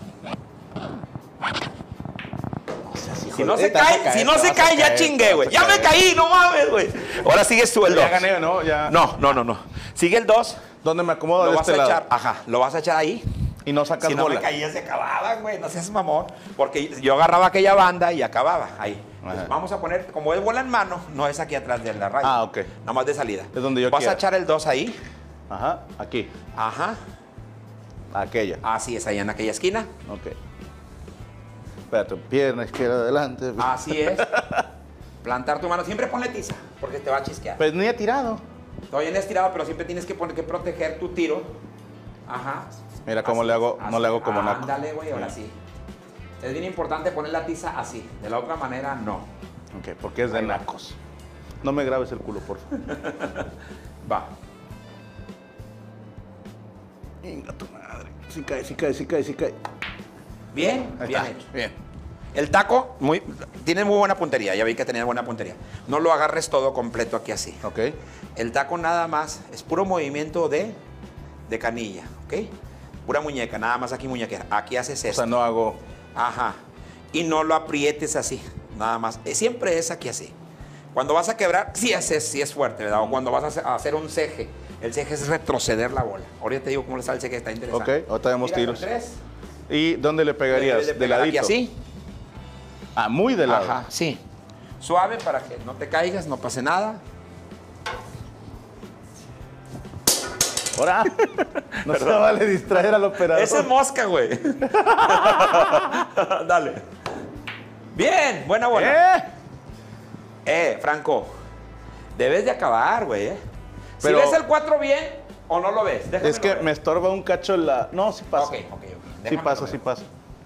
Si no se cae, si no se cae, ya chingué, güey. Ya me caí, no mames, güey. Ahora sigues tú el dos. Ya gané, ¿no? Ya. No, no, no, no. Sigue el dos. ¿Dónde me acomodo Lo de vas este a lado? echar, ajá, lo vas a echar ahí. Y no sacas Si no bola. me caía, se acababan, güey. No seas mamón. Porque yo agarraba aquella banda y acababa ahí. Pues vamos a poner, como es bola en mano, no es aquí atrás de la raya. Ah, ok. Nada más de salida. Es donde yo Vas quiera. a echar el dos ahí. Ajá, aquí. Ajá. Aquella. Así es, ahí en aquella esquina. Ok. Espérate, pierna izquierda adelante. Así es. Plantar tu mano. Siempre ponle tiza, porque te va a chisquear. Pues ni he tirado. Todavía no es tirado, pero siempre tienes que, poner, que proteger tu tiro. Ajá. Mira cómo Así le hago, es, no así. le hago como naco. Ándale, güey, ahora sí. Es bien importante poner la tiza así. De la otra manera, no. Ok, porque es de Ahí va. nacos. No me grabes el culo, por favor. Va. Venga tu madre. Sí cae, sí cae, sí cae, sí cae. Bien, Ahí bien está. hecho. Bien. El taco, muy, tiene muy buena puntería. Ya vi que tenía buena puntería. No lo agarres todo completo aquí así. Ok. El taco nada más es puro movimiento de, de canilla, ¿ok? Pura muñeca, nada más aquí muñequera. Aquí haces O esto. sea, no hago... Ajá. Y no lo aprietes así, nada más. Eh, Siempre es aquí así. Cuando vas a quebrar, sí es, sí es fuerte, ¿verdad? O cuando vas a hacer, a hacer un ceje. El ceje es retroceder la bola. Ahorita te digo cómo le sale el ceje, está interesante. Ok, ahorita vemos Tiras tiros. el tres, ¿Y dónde le pegarías? le- le ¿De pegar ladito? aquí así. Ah, muy de lado. Ajá, sí. Suave para que no te caigas, no pase nada. Ahora, no se vale distraer al operador. Esa es mosca, güey. Dale. Bien, buena bola. ¿Eh? Eh, Franco, debes de acabar, güey. eh. Pero- Si ves el cuatro bien o no lo ves. Déjamelo Es que ver. me estorba un cacho la... No, sí pasa. Ok, ok, ok. Sí Déjamelo pasa, ver. sí pasa.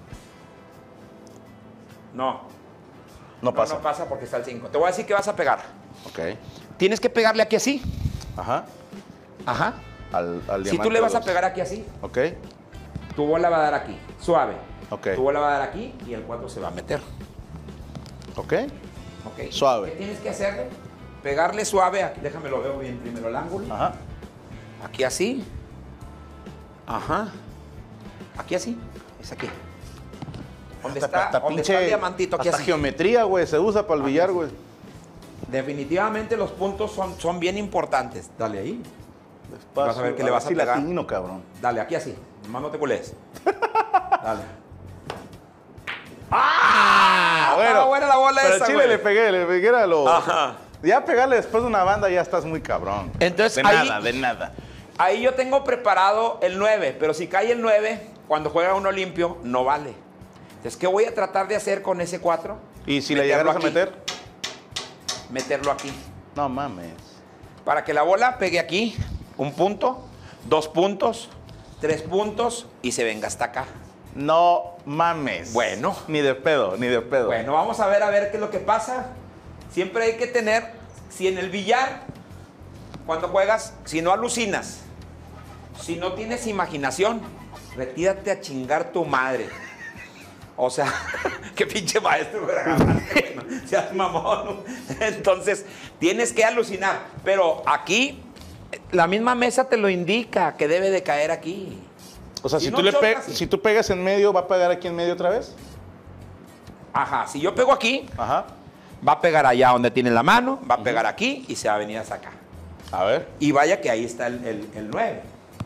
No. No No, pasa. no pasa porque está el cinco. Te voy a decir que vas a pegar. Ok. Tienes que pegarle aquí así. Ajá. Ajá. Al, al Si diamante tú le vas a dos. pegar aquí así, Ok. tu bola va a dar aquí. Suave. Ok. Tu bola va a dar aquí y el cuatro se va a meter. Ok. Ok. Suave. ¿Qué tienes que hacerle? Pegarle suave. Aquí, déjame lo veo bien primero el ángulo. Ajá. Aquí así. Ajá. Aquí así. Es aquí. ¿Dónde está, Hasta ¿dónde está el diamantito? Aquí hasta así. geometría, güey. Se usa para el Aquí billar, así. güey. Definitivamente los puntos son, son bien importantes. Dale ahí. Despacio. Vas a ver que le vas a ver si pegar. latino, cabrón. Dale, aquí así. Nomás no te culees. Dale. ¡Ah! bueno, Estaba buena la bola pero esa, Chile güey. le pegué, le pegué a lo... Ajá. Ya pegarle después de una banda ya estás muy cabrón. Entonces, de ahí, nada, de nada. Ahí yo tengo preparado el nueve, pero si cae el nueve, cuando juega uno limpio, no vale. Entonces, ¿qué voy a tratar de hacer con ese cuatro? ¿Y si le llegaras a meter? Meterlo aquí. No mames. Para que la bola pegue aquí, un punto, dos puntos, tres puntos y se venga hasta acá. No mames. Bueno. Ni de pedo, ni de pedo. Bueno, vamos a ver a ver qué es lo que pasa. Siempre hay que tener, si en el billar, cuando juegas, si no alucinas, si no tienes imaginación, retírate a chingar tu madre. O sea, qué pinche maestro, bueno, seas mamón. Entonces, tienes que alucinar. Pero aquí, la misma mesa te lo indica, que debe de caer aquí. O sea, si, si tú no le chocas, pe si tú pegas en medio, ¿va a pegar aquí en medio otra vez? Ajá, si yo pego aquí, Ajá. va a pegar allá donde tiene la mano, va a pegar aquí y se va a venir hasta acá. A ver. Y vaya que ahí está el, el, el nueve.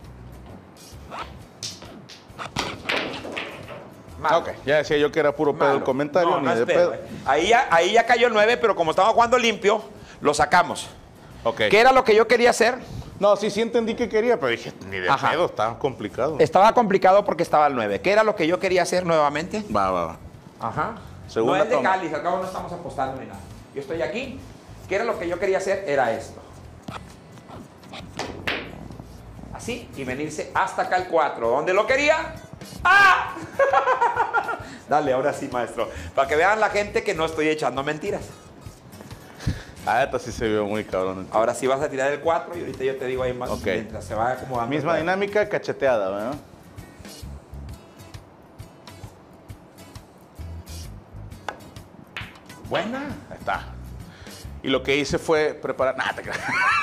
Malo. Ok, ya decía yo que era puro pedo Malo. el comentario, No, ni no es de pedo, pedo. eh. Ahí ya, ahí ya cayó el nueve, pero como estaba jugando limpio, lo sacamos. Ok. ¿Qué era lo que yo quería hacer? No, sí, sí entendí que quería, pero dije, ni de Ajá. pedo, estaba complicado. Estaba complicado porque estaba el nueve. ¿Qué era lo que yo quería hacer nuevamente? Va, va, va. Ajá. Segunda no es de toma. cáliz, al cabo no estamos apostando ni nada. Yo estoy aquí. ¿Qué era lo que yo quería hacer? Era esto. Así, y venirse hasta acá el cuatro. ¿Dónde lo quería? ¡Ah! Dale, ahora sí, maestro. Para que vean la gente que no estoy echando mentiras. Ah, esta sí se vio muy cabrón. Ahora sí vas a tirar el cuatro y ahorita yo te digo ahí más Ok. mientras se va acomodando. Misma el cuatro. dinámica, cacheteada, ¿verdad? Buena. Ahí está. Y lo que hice fue preparar... Nah, te creas.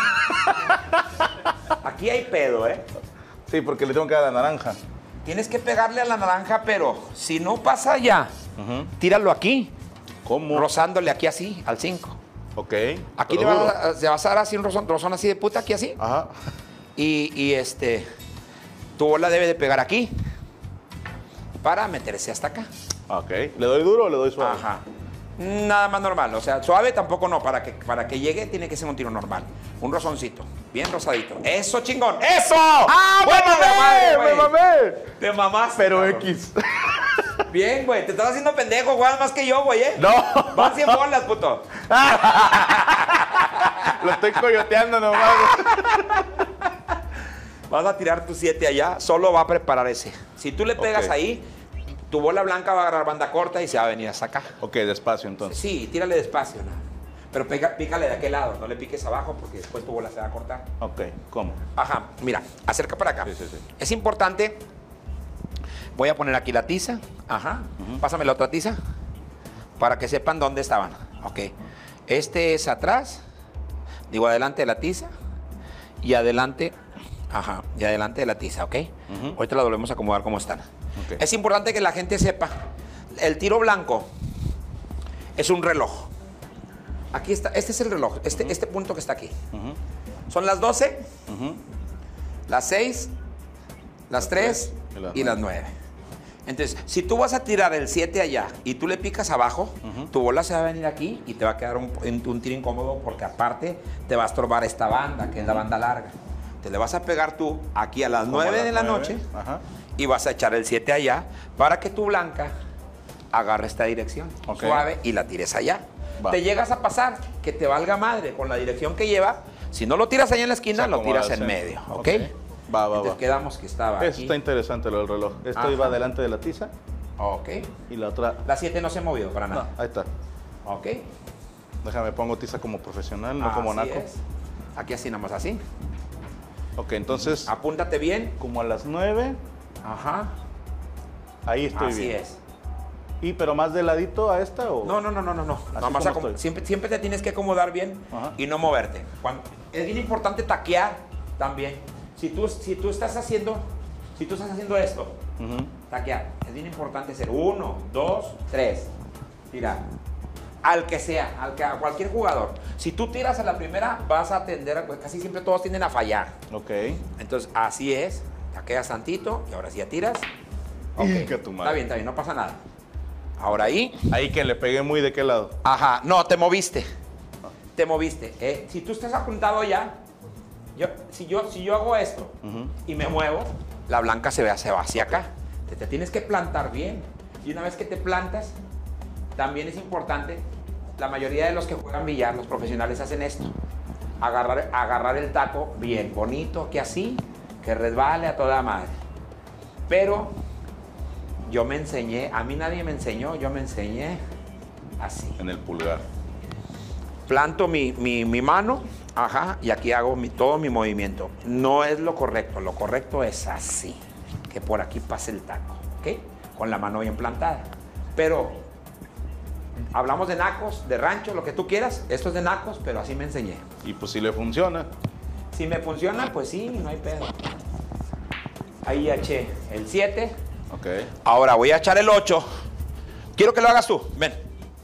Aquí hay pedo, ¿eh? Sí, porque le tengo que dar la naranja. Tienes que pegarle a la naranja, pero si no pasa allá, Ujú. tíralo aquí, ¿Cómo? rozándole aquí así, al cinco. Ok. Aquí pero le duro. vas a, se va a dar así un rozón, rozón así de puta, aquí así. Ajá. Y, y este, tu bola debe de pegar aquí para meterse hasta acá. Ok. ¿Le doy duro o le doy suave? Ajá. Nada más normal, o sea, suave tampoco no, para que, para que llegue tiene que ser un tiro normal. Un rozoncito, bien rosadito. ¡Eso, chingón! ¡Eso! ¡Ah, ¡Buena me la madre, mamé! ¡Me güey! mamé! Te mamaste, Pero cabrón. X. Bien, güey, te estás haciendo pendejo, juegas más que yo, güey, ¿eh? No. Van cien bolas, puto. Lo estoy coyoteando nomás. Vas a tirar tu siete allá, solo va a preparar ese. Si tú le pegas Ok. ahí, tu bola blanca va a agarrar banda corta y se va a venir hasta acá. Ok, despacio entonces. Sí, tírale despacio, ¿no? Pero pega- pícale de aquel lado, no le piques abajo porque después tu bola se va a cortar. Ok, ¿cómo? Ajá, mira, acerca para acá. Sí, sí, sí. Es importante, voy a poner aquí la tiza, ajá, pásame la otra tiza, para que sepan dónde estaban. Ok, este es atrás, digo adelante de la tiza, y adelante, ajá, y adelante de la tiza, ¿ok? Ujú. Ahorita la volvemos a acomodar como están. Ok. Es importante que la gente sepa, el tiro blanco es un reloj. Aquí está, este es el reloj, este, este punto que está aquí. Ujú, Son las doce, ujú. las seis, las tres y las y las nueve. Entonces, si tú vas a tirar el siete allá y tú le picas abajo, Ujú. tu bola se va a venir aquí y te va a quedar un, un- un tiro incómodo porque aparte te va a estorbar esta banda, que es la banda larga. Te le vas a pegar tú aquí a las Como a nueve las de la nueve. noche Ajá. y vas a echar el siete allá para que tu blanca agarre esta dirección Ok. suave y la tires allá. Va. Te llegas a pasar, que te valga madre con la dirección que lleva. Si no lo tiras allá en la esquina, Se lo acomoda tiras al en centro. medio, ¿ok? Ok. Va, va, Entonces va. quedamos que estaba Eso aquí. está interesante lo del reloj. Esto Ajá. iba delante de la tiza Ok. y la otra... La siete no se movió para No, nada. ahí está. Ok. Déjame, pongo tiza como profesional, no como Así naco. es. Aquí así nada más así. Ok, entonces, Apúntate bien. como a las nueve, Ajá. ahí estoy así bien. es. ¿Y pero más de ladito a esta o...? No, no, no, no, no. no. Nada más como acom- estoy. siempre, siempre te tienes que acomodar bien Ajá. y no moverte. Cuando- es bien importante taquear también. Si tú, si tú estás haciendo, si tú estás haciendo esto, Ujú. taquear. Es bien importante ser uno, dos, tres. Tirar. Al que sea, al que, a cualquier jugador. Si tú tiras a la primera, vas a tender a, casi siempre todos tienden a fallar. Ok. Entonces, así es. Taqueas tantito y ahora sí ya tiras. Ok. Hijo de tu madre. Está bien, está bien, no pasa nada. Ahora ahí. Ahí que le pegué muy de qué lado. Ajá, no, te moviste. te moviste. ¿eh? Si tú estás apuntado ya, yo, si, yo, si yo hago esto uh-huh. y me muevo, la blanca se, ve, se va hacia acá. Te, te tienes que plantar bien. Y una vez que te plantas, también es importante, la mayoría de los que juegan billar, los profesionales hacen esto. Agarrar, agarrar el taco bien bonito, que así, que resbale a toda madre. Pero yo me enseñé, a mí nadie me enseñó, yo me enseñé así. En el pulgar. Planto mi, mi, mi mano, ajá, y aquí hago mi, todo mi movimiento. No es lo correcto, lo correcto es así, que por aquí pase el taco, ¿ok? Con la mano bien plantada. Pero hablamos de nacos, de rancho, lo que tú quieras. Esto es de nacos, pero así me enseñé. Y pues si le funciona. Si me funciona, pues sí, no hay pedo. Ahí eché el siete. Ok. Ahora voy a echar el ocho. Quiero que lo hagas tú. Ven.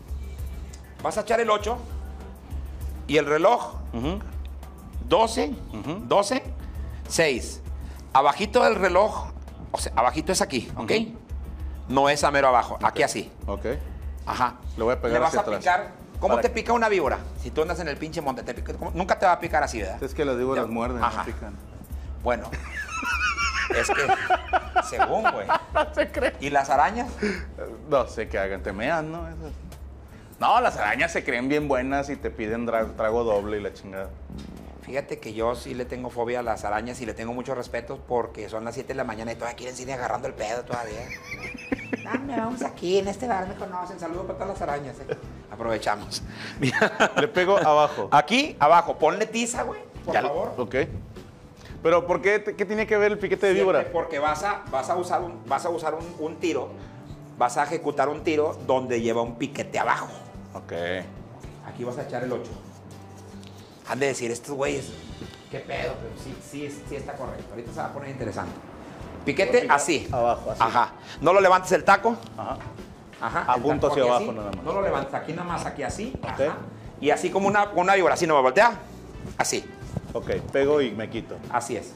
Vas a echar el ocho. Y el reloj. Uh-huh. doce. Uh-huh. doce. seis. Abajito del reloj. O sea, abajito es aquí, ¿ok? Uh-huh. No es a mero abajo. Okay. Aquí así. Ok. Ajá. Le voy a pegar Le vas hacia a atrás. picar. ¿Cómo Para te que... pica una víbora? Si tú andas en el pinche monte, te pica, nunca te va a picar así, ¿verdad? Es que las víboras ya, muerden, ajá. no pican. Bueno, es que, según, güey. No se cree. ¿Y las arañas? No sé qué hagan, te mean, ¿no? Esas... No, las arañas se creen bien buenas y te piden trago, trago doble y la chingada. Fíjate que yo sí le tengo fobia a las arañas y le tengo mucho respeto porque son las siete de la mañana y todavía quieren seguir agarrando el pedo todavía. Dame, vamos aquí, en este bar me conocen. Saludos para todas las arañas. Eh. Aprovechamos. Le pego abajo. Aquí, abajo. Ponle tiza, güey, por ya, favor. Ok. Pero ¿por qué, qué tiene que ver el piquete de víbora? Siempre porque vas a, vas a usar, un, vas a usar un, un tiro, vas a ejecutar un tiro donde lleva un piquete abajo. Ok. Aquí vas a echar el ocho. Han de decir, estos güeyes, qué pedo, pero sí, sí, sí está correcto. Ahorita se va a poner interesante. Piquete así. Abajo, así. Ajá. No lo levantes el taco. Ajá. Ajá. Apunto hacia aquí abajo así. nada más. No lo levantes aquí nada más, aquí así. Okay. Ajá. Y así como una, una víbora, así no me voltea. Así. Ok, pego y me quito. Así es.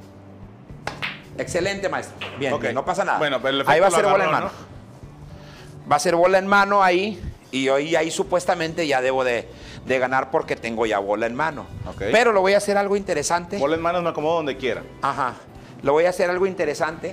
Excelente, maestro. Bien, okay. bien, no pasa nada. Bueno, pero el ahí va a ser agarró, bola en mano. ¿No? Va a ser bola en mano ahí. Y hoy ahí supuestamente ya debo de, de ganar porque tengo ya bola en mano. Okay. Pero lo voy a hacer algo interesante. Bola en mano me acomodo donde quiera. Ajá. Lo voy a hacer algo interesante.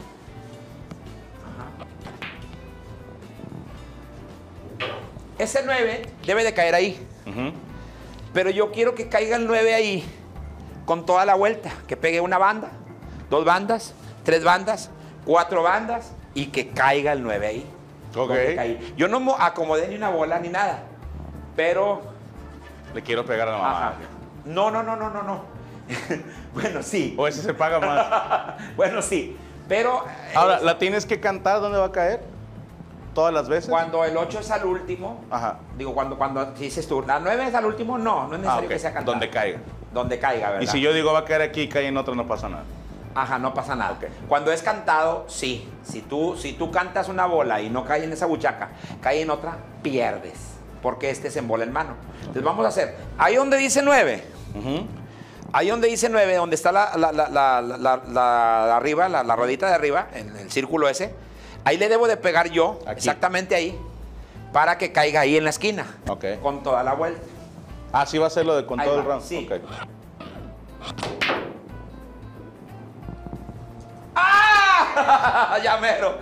Ajá. Ese nueve debe de caer ahí. Uh-huh. Pero yo quiero que caiga el nueve ahí con toda la vuelta. Que pegue una banda, dos bandas, tres bandas, cuatro bandas y que caiga el nueve ahí. Okay. Yo no acomodé ni una bola ni nada, pero... Le quiero pegar a la mamá. Ajá. No, no, no, no, no, no. Bueno, sí. O ese se paga más. Bueno, sí, pero... Ahora, ¿la tienes que cantar dónde va a caer? ¿Todas las veces? Cuando el ocho es al último. Ajá. Digo, cuando, cuando dices tú, la nueve es al último, no, no es necesario ah, okay. que sea cantada. Donde caiga. Donde caiga, ¿verdad? Y si yo digo va a caer aquí y cae en otra, no pasa nada. Ajá, no pasa nada. Okay. Cuando es cantado, sí. Si tú, si tú cantas una bola y no cae en esa buchaca, cae en otra, pierdes. Porque este es en bola en mano. Entonces vamos a hacer, ahí donde dice nueve, uh-huh. ahí donde dice nueve, donde está la, la, la, la, la, la arriba, la, la ruedita de arriba, en el círculo ese, ahí le debo de pegar yo, aquí. Exactamente ahí, para que caiga ahí en la esquina. Okay. Con toda la vuelta. Ah, sí va a ser lo de con ahí todo va. El round. Sí. Okay. ¡Ah! Ya mero.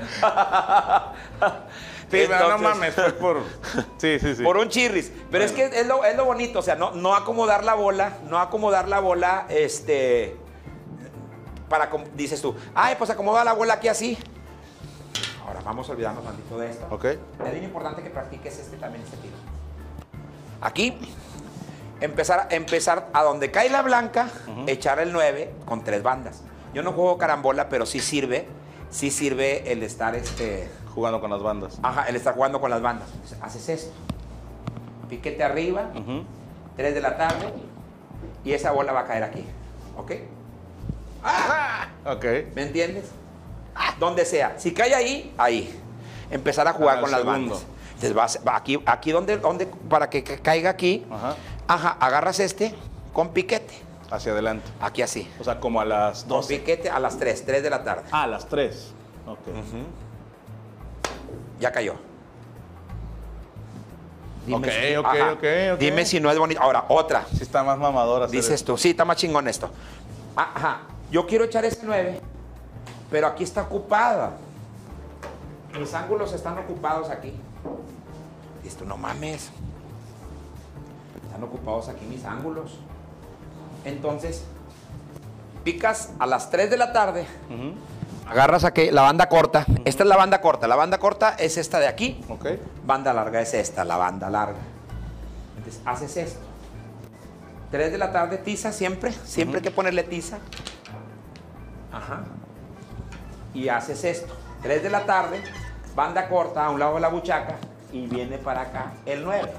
Sí, entonces, no mames, fue por... Sí, sí, sí. Por un chirris. Pero bueno. Es que es lo, es lo bonito, o sea, no, no acomodar la bola, no acomodar la bola, este... Para, dices tú, ay, pues acomoda la bola aquí así. Ahora vamos a olvidarnos tantito de esto. Ok. Es bien importante que practiques este también, este tiro. Aquí, empezar, empezar a donde cae la blanca, uh-huh. echar el nueve con tres bandas. Yo no juego carambola, pero sí sirve, sí sirve el estar este... jugando con las bandas. Ajá, el estar jugando con las bandas. Entonces, haces esto. Piquete arriba, uh-huh. tres de la tarde, y esa bola va a caer aquí. ¿Ok? ¡Ah! Ok. ¿Me entiendes? ¡Ah! Donde sea. Si cae ahí, ahí. Empezar a jugar ah, con las segundo. Bandas. Entonces vas, va aquí, aquí donde, donde, para que caiga aquí, ajá. Ajá, agarras este con piquete. Hacia adelante. Aquí así. O sea, como a las doce. Con piquete a las tres, tres de la tarde. Ah, a las tres. Ok. Uh-huh. Ya cayó. Dime Ok, si, ok, ajá. ok, ok. Dime si no es bonito. Ahora, otra. Sí está más mamadora. hacer Dices eso. tú, sí, está más chingón esto. Ajá, yo quiero echar ese nueve, pero aquí está ocupada. Mis ángulos están ocupados aquí. Dices tú, no mames. Están ocupados aquí mis ángulos. Entonces, picas a las tres de la tarde. Ujú. Agarras aquí la banda corta. Esta es la banda corta. La banda corta es esta de aquí. Ok. Banda larga es esta, la banda larga. Entonces, haces esto. tres de la tarde, tiza siempre. Siempre hay que ponerle tiza. Ajá. Y haces esto. tres de la tarde, banda corta a un lado de la buchaca y viene para acá el nueve.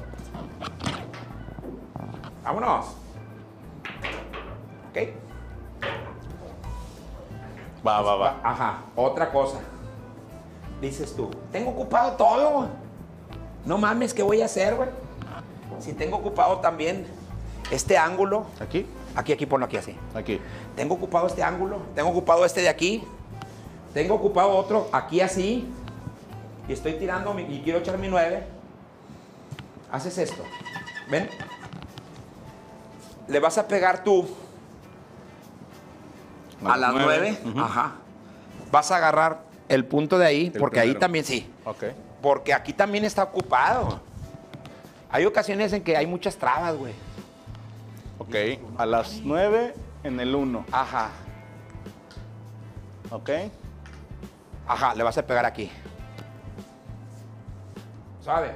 Vámonos. ¿Ok? Va, va, va. Ajá. Otra cosa. Dices tú, tengo ocupado todo. No mames, ¿qué voy a hacer, güey? Si tengo ocupado también este ángulo. ¿Aquí? Aquí, aquí, ponlo aquí así. Aquí. Tengo ocupado este ángulo. Tengo ocupado este de aquí. Tengo ocupado otro aquí así. Y estoy tirando mi, y quiero echar mi nueve. Haces esto. ¿Ven? Le vas a pegar tú a las nueve. Ujú. Ajá. Vas a agarrar el punto de ahí, El porque ahí primero. también sí. Ok. Porque aquí también está ocupado. Hay ocasiones en que hay muchas trabas, güey. Ok. A las nueve en el uno. Ajá. Ok. Ajá, le vas a pegar aquí. ¿Sabe?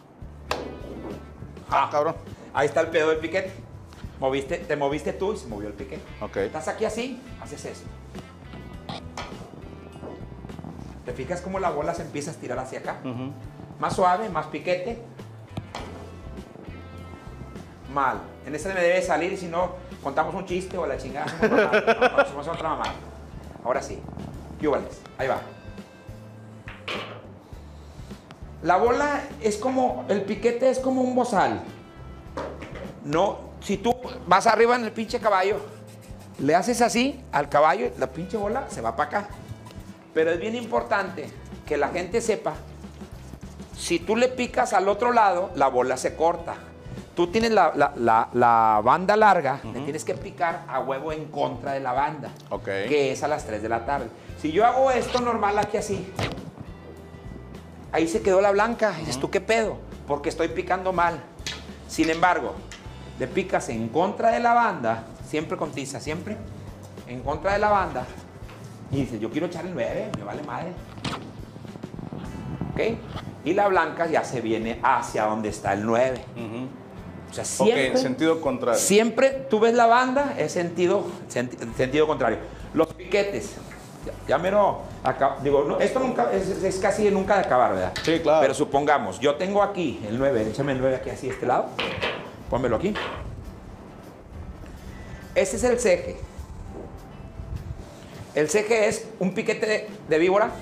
Ah, cabrón. Ahí está el pedo del piquete. Moviste, te moviste tú y se movió el piquete. Ok. Estás aquí así, haces esto. ¿Te fijas cómo la bola se empieza a estirar hacia acá? Ujú. Más suave, más piquete. Mal. En este me debe salir, si no, contamos un chiste o la chingada. Hacemos otra mamada. Ahora sí. Yúbales. Ahí va. La bola es como, el piquete es como un bozal. No, si tú vas arriba en el pinche caballo, le haces así al caballo, la pinche bola se va para acá. Pero es bien importante que la gente sepa, si tú le picas al otro lado, la bola se corta. Tú tienes la, la, la, la banda larga, uh-huh. Le tienes que picar a huevo en contra de la banda, okay. Que es a las tres de la tarde. Si yo hago esto normal aquí así, ahí se quedó la blanca. Y dices, ¿tú qué pedo? Porque estoy picando mal. Sin embargo, le picas en contra de la banda, siempre con tiza, siempre en contra de la banda. Y dices, yo quiero echar el nueve, me vale madre. ¿Ok? Y la blanca ya se viene hacia donde está el nueve. Uh-huh. O sea, siempre... Ok, sentido contrario. Siempre tú ves la banda, es sentido, senti, sentido contrario. Los piquetes, ya, ya mero, acá, digo, no, esto nunca, es, es casi nunca de acabar, ¿verdad? Sí, claro. Pero supongamos, yo tengo aquí el nueve, échame el nueve aquí así, este lado, pónmelo aquí. Ese es el ceje. El ceje es un piquete de, de víbora.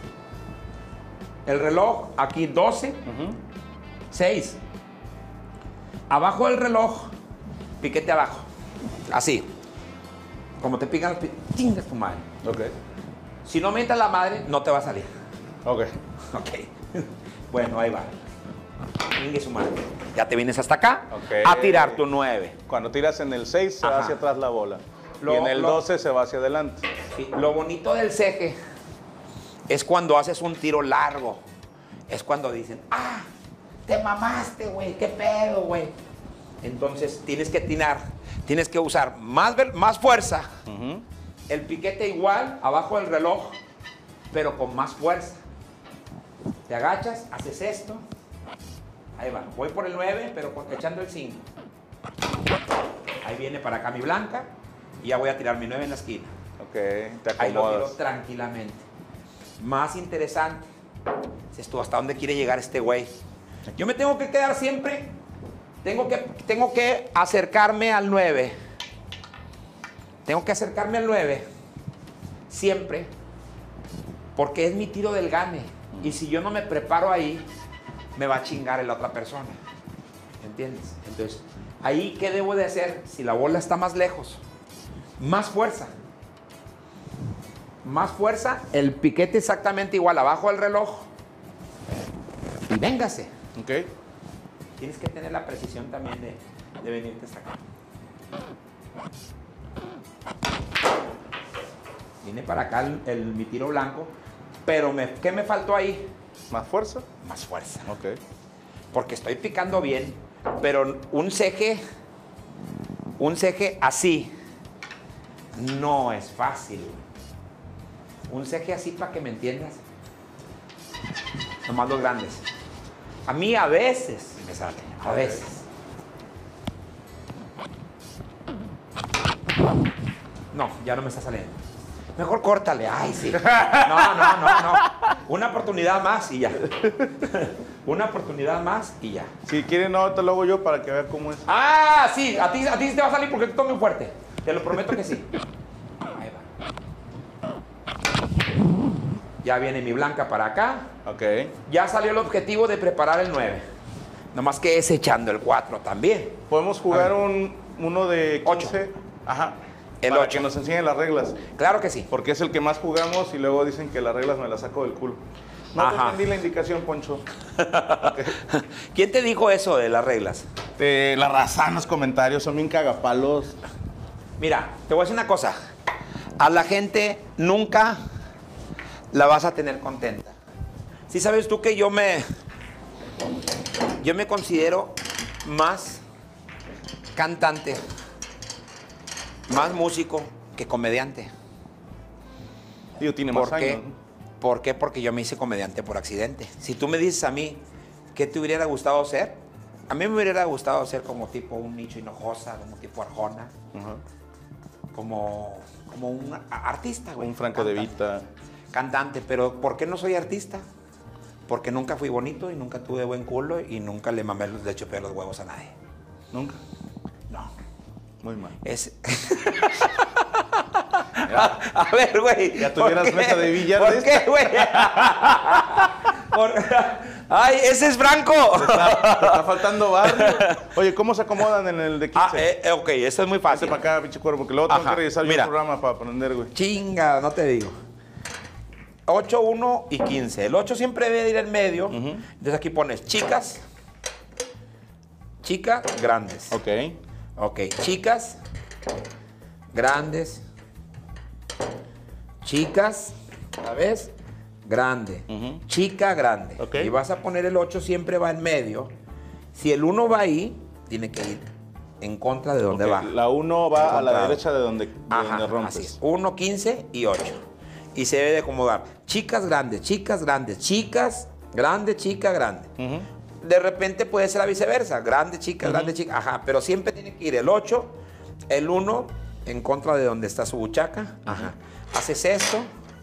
El reloj, aquí doce, uh-huh. seis. Abajo del reloj, piquete abajo. Así. Como te pican los piquetes, chingas tu madre. Ok. Si no metas la madre, no te va a salir. Ok. Ok. Bueno, ahí va. Chingue su madre. Ya te vienes hasta acá okay. A tirar tu nueve. Cuando tiras en el seis, se Ajá. va hacia atrás la bola. Lo, y en el lo, doce se va hacia adelante. Sí, lo bonito del ceje es cuando haces un tiro largo. Es cuando dicen, ah, te mamaste, güey, qué pedo, güey. Entonces tienes que atinar, tienes que usar más, más fuerza. Uh-huh. El piquete igual, abajo del reloj, pero con más fuerza. Te agachas, haces esto. Ahí va, voy por el nueve, pero echando el cinco. Ahí viene para acá mi blanca. Y ya voy a tirar mi nueve en la esquina. Ok, te acomodas. Ahí lo tiro tranquilamente. Más interesante. Dices tú, ¿hasta dónde quiere llegar este güey? Yo me tengo que quedar siempre, tengo que, tengo que acercarme al nueve. Tengo que acercarme al nueve. Siempre. Porque es mi tiro del gane. Y si yo no me preparo ahí, me va a chingar la otra persona. ¿Entiendes? Entonces, ahí, ¿qué debo de hacer? Si la bola está más lejos, más fuerza. Más fuerza, el piquete exactamente igual, abajo del reloj. Y véngase. Ok. Tienes que tener la precisión también de, de venirte hasta acá. Vine para acá el, el, mi tiro blanco, pero me, ¿qué me faltó ahí? ¿Más fuerza? Más fuerza. Ok. Porque estoy picando bien, pero un ceje, un ceje así, no es fácil. Un ceje así, para que me entiendas, nomás los grandes. A mí a veces me sale, a veces. No, ya no me está saliendo. Mejor córtale, ay sí. No, no, no, no. Una oportunidad más y ya. Una oportunidad más y ya. Si quieren, no, te lo hago yo para que vean cómo es. Ah, sí, a ti, a ti sí te va a salir porque tú estás muy fuerte. Te lo prometo que sí. Ahí va. Ya viene mi blanca para acá. Ok. Ya salió el objetivo de preparar el nueve. Nomás que es echando el cuatro también. Podemos jugar un, uno de quince. Ocho. Ajá. El para ocho. que nos enseñen las reglas. Claro que sí. Porque es el que más jugamos y luego dicen que las reglas me las saco del culo. No te Ajá. entendí la indicación, Poncho. ¿Quién te dijo eso de las reglas? Eh, la raza en los comentarios son bien cagapalos. Mira, te voy a decir una cosa. A la gente nunca la vas a tener contenta. Sí sabes tú que yo me... Yo me considero más cantante, más músico que comediante. Digo, tiene más ¿Por qué? años. ¿Por qué? Porque yo me hice comediante por accidente. Si tú me dices a mí, ¿qué te hubiera gustado ser? A mí me hubiera gustado ser como tipo un Nicho Hinojosa, como tipo Arjona, Ajá. como, como un a- artista, güey. Un Franco de Cantante. Vita. Cantante, pero ¿por qué no soy artista? Porque nunca fui bonito y nunca tuve buen culo y nunca le mamé, le chupé los huevos a nadie. Nunca. No. Muy mal. Es... a, a ver, güey. Ya ¿por tuvieras qué? mesa de billar ¿Por de qué, esta. güey? Por- ¡Ay, ese es Franco! Te está, te está faltando barrio. Oye, ¿cómo se acomodan en el de quince? Ah, eh, eh, ok, eso es muy Pase fácil. para acá, pinche cuervo, porque luego tengo Ajá, que revisar yo mira. el programa para aprender, güey. Chinga, no te digo. ocho, uno y quince. El ocho siempre debe ir en medio. Entonces aquí pones chicas, chicas, grandes. Ok. Ok, chicas, grandes, chicas, ¿sabes? Grande, Ujú. chica, grande. Ok. Y vas a poner el ocho, siempre va en medio. Si el uno va ahí, tiene que ir en contra de donde Ok, va. La uno va a la Encontrado. derecha de donde, de Ajá, donde rompes. así es. uno, quince y ocho. Y se debe de acomodar. Chicas grandes, chicas grandes, chicas, grande, chica, grande. Ujú. De repente puede ser la viceversa. Grande, chica, grande, chica. Ajá, pero siempre tiene que ir el ocho, el uno en contra de donde está su buchaca. Ajá. Haces esto.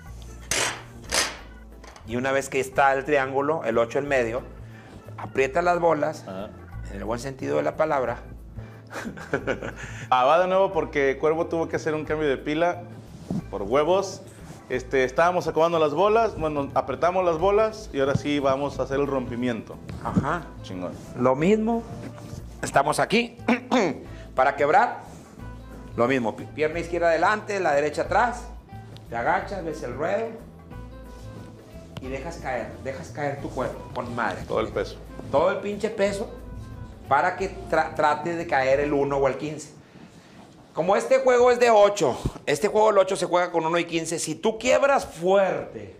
Y una vez que está el triángulo, el ocho en medio, aprieta las bolas, Ajá. en el buen sentido de la palabra. Ah, va de nuevo porque Cuervo tuvo que hacer un cambio de pila por huevos. Este, estábamos acomodando las bolas, bueno, apretamos las bolas y ahora sí vamos a hacer el rompimiento. Ajá. Chingón. Lo mismo. Estamos aquí. Para quebrar, lo mismo. Pi- Pierna izquierda adelante, la derecha atrás. Te agachas, ves el ruedo. Y dejas caer, dejas caer tu cuerpo con madre. Todo el peso. Todo el pinche peso para que tra- trate de caer el uno o el quince. Como este juego es de ocho, este juego el ocho se juega con uno y quince. Si tú quiebras fuerte,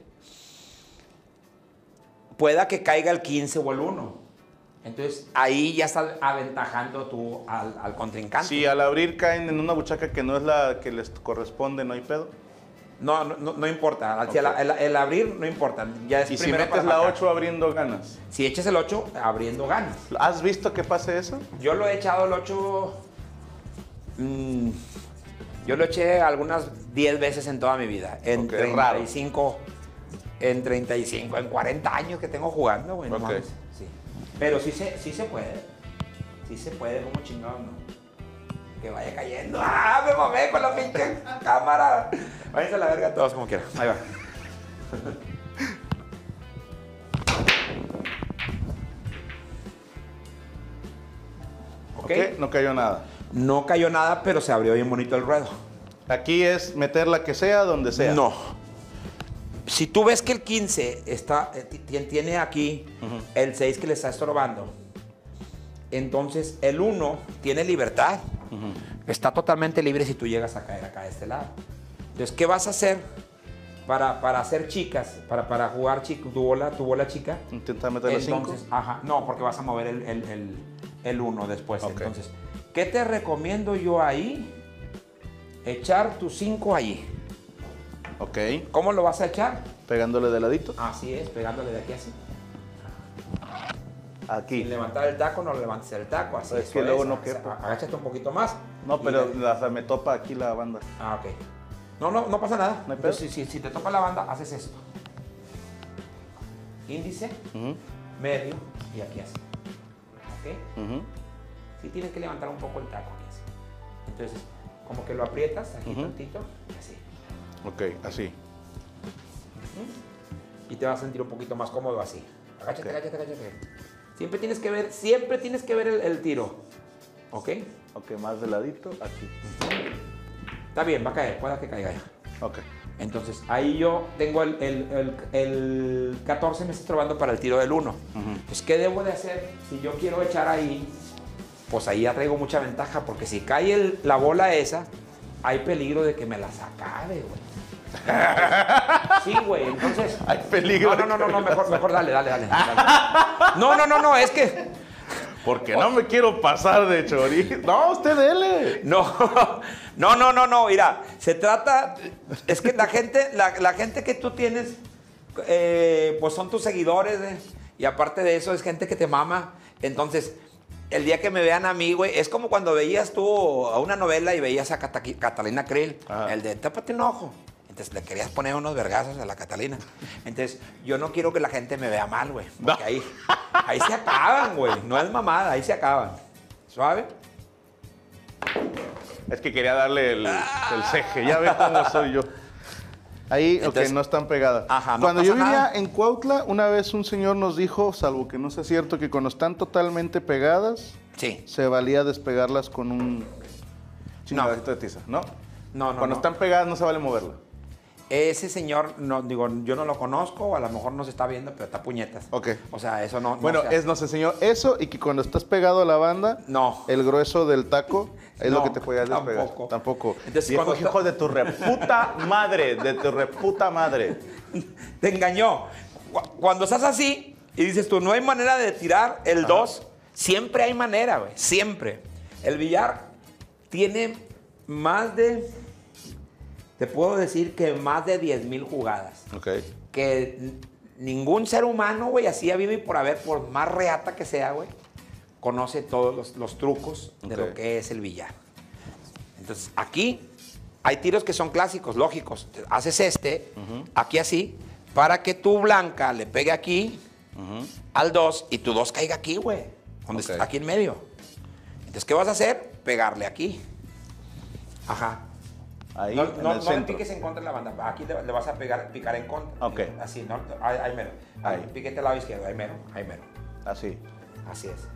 pueda que caiga el quince o el uno. Entonces ahí ya estás aventajando tú al, al contrincante. Si al abrir caen en una buchaca que no es la que les corresponde, ¿no hay pedo? No, no, no, no importa. Si Ok. el, el- el abrir no importa. Ya es Y si primero metes para la marcar. ocho abriendo ganas. Si echas el ocho, abriendo ganas. ¿Has visto que pase eso? Yo lo he echado el ocho. mm, yo lo eché algunas diez veces en toda mi vida. En Ok, treinta y cinco. En treinta y cinco, en cuarenta años que tengo jugando, güey. no Ok. mames, sí. Pero sí se, sí se puede. Sí se puede, como chingado, ¿no? Que vaya cayendo. ¡Ah! Me mamé con la pinche cámara. Váyanse a la verga todos como quieran. Ahí va. ¿Ok? No cayó nada. No cayó nada, pero se abrió bien bonito el ruedo. Aquí es meter la que sea donde sea. No. Si tú ves que el quince está, eh, ti- tiene aquí Ujú. el seis que le está estorbando, Entonces, el uno tiene libertad. Uh-huh. Está totalmente libre si tú llegas a caer acá de este lado. Entonces, ¿qué vas a hacer para, para hacer chicas? Para, para jugar chico, tu bola, tu bola chica. Intentar meter las cinco. Entonces, ajá, no, porque vas a mover el, el, el, el uno después. Okay. Entonces, ¿qué te recomiendo yo ahí? Echar tu cinco ahí. Ok. ¿Cómo lo vas a echar? Pegándole de ladito. Así es, pegándole de aquí así. Aquí. Sin levantar el taco, no levantes el taco. Así es que luego es. no quepo. Agáchate un poquito más. No, pero le... hasta me topa aquí la banda. Ah, ok. No, no, no pasa nada. ¿No hay Entonces, si, si, si te topa la banda, haces esto. Índice, uh-huh. medio y aquí así. ¿Ok? Uh-huh. Sí tienes que levantar un poco el taco aquí así. Entonces, como que lo aprietas aquí uh-huh. tantito y así. Ok, así. Uh-huh. Y te vas a sentir un poquito más cómodo así. Agáchate, okay. agáchate, agáchate. Siempre tienes que ver, siempre tienes que ver el, el tiro. ¿Ok? Ok, más de ladito, aquí. Está bien, va a caer, pueda que caiga ya. Ok. Entonces, ahí yo tengo el, el, el, el catorce, me estoy probando para el tiro del uno. Uh-huh. Pues, ¿qué debo de hacer? Si yo quiero echar ahí, pues ahí ya traigo mucha ventaja, porque si cae el, la bola esa, hay peligro de que me la acabe, güey. Sí, güey, entonces... Hay peligro. No, no, no, no, no, mejor, mejor dale, dale, dale, dale. No, no, no, no, es que... Porque no me quiero pasar de chorizo. No, usted dele. No, no, no, no, no, mira, se trata... Es que la gente, la, la gente que tú tienes, eh, pues son tus seguidores, eh, y aparte de eso es gente que te mama, entonces... El día que me vean a mí, güey, es como cuando veías tú a una novela y veías a Cata Catalina Krill, Ajá. el de tápate un ojo. Entonces le querías poner unos vergazos a la Catalina. Entonces yo no quiero que la gente me vea mal, güey. Porque no. ahí, ahí se acaban, güey. No es mamada, ahí se acaban. ¿Suave? Es que quería darle el, ah. el ceje. Ya ves cómo soy yo. Ahí, Entonces, ok, no están pegadas. Ajá, no cuando yo vivía nada. en Cuautla, una vez un señor nos dijo, salvo que no sea cierto, que cuando están totalmente pegadas, sí. se valía despegarlas con un chingadito no. de tiza, ¿no? No, no, Cuando no. están pegadas no se vale moverla. Ese señor, no, digo, yo no lo conozco, o a lo mejor no se está viendo, pero está puñetas. Ok. O sea, eso no... Bueno, no es, nos enseñó eso y que cuando estás pegado a la banda, no. el grueso del taco es no, lo que te podías despegar. Tampoco. Tampoco. Entonces, Viejo cuando hijo de tu reputa madre, de tu reputa madre. Te engañó. Cuando estás así y dices tú, no hay manera de tirar el dos, siempre hay manera, güey, siempre. El billar tiene más de... Te puedo decir que más de diez mil jugadas. Ok. Que ningún ser humano, güey, así ha vivido y por haber, por más reata que sea, güey, conoce todos los, los trucos okay. de lo que es el billar. Entonces, aquí hay tiros que son clásicos, lógicos. Haces este, uh-huh. aquí así, para que tu blanca le pegue aquí uh-huh. al dos y tu dos caiga aquí, güey. Okay. Aquí en medio. Entonces, ¿qué vas a hacer? Pegarle aquí. Ajá. Ahí, no, en no, el no centro. le piques en contra de la banda. Aquí le, le vas a pegar, picar en contra. Ok. Así, ¿no? Ahí, ahí mero. Ahí. Ahí. Piquete al lado izquierdo. Ahí mero. Ahí mero. Así. Así es.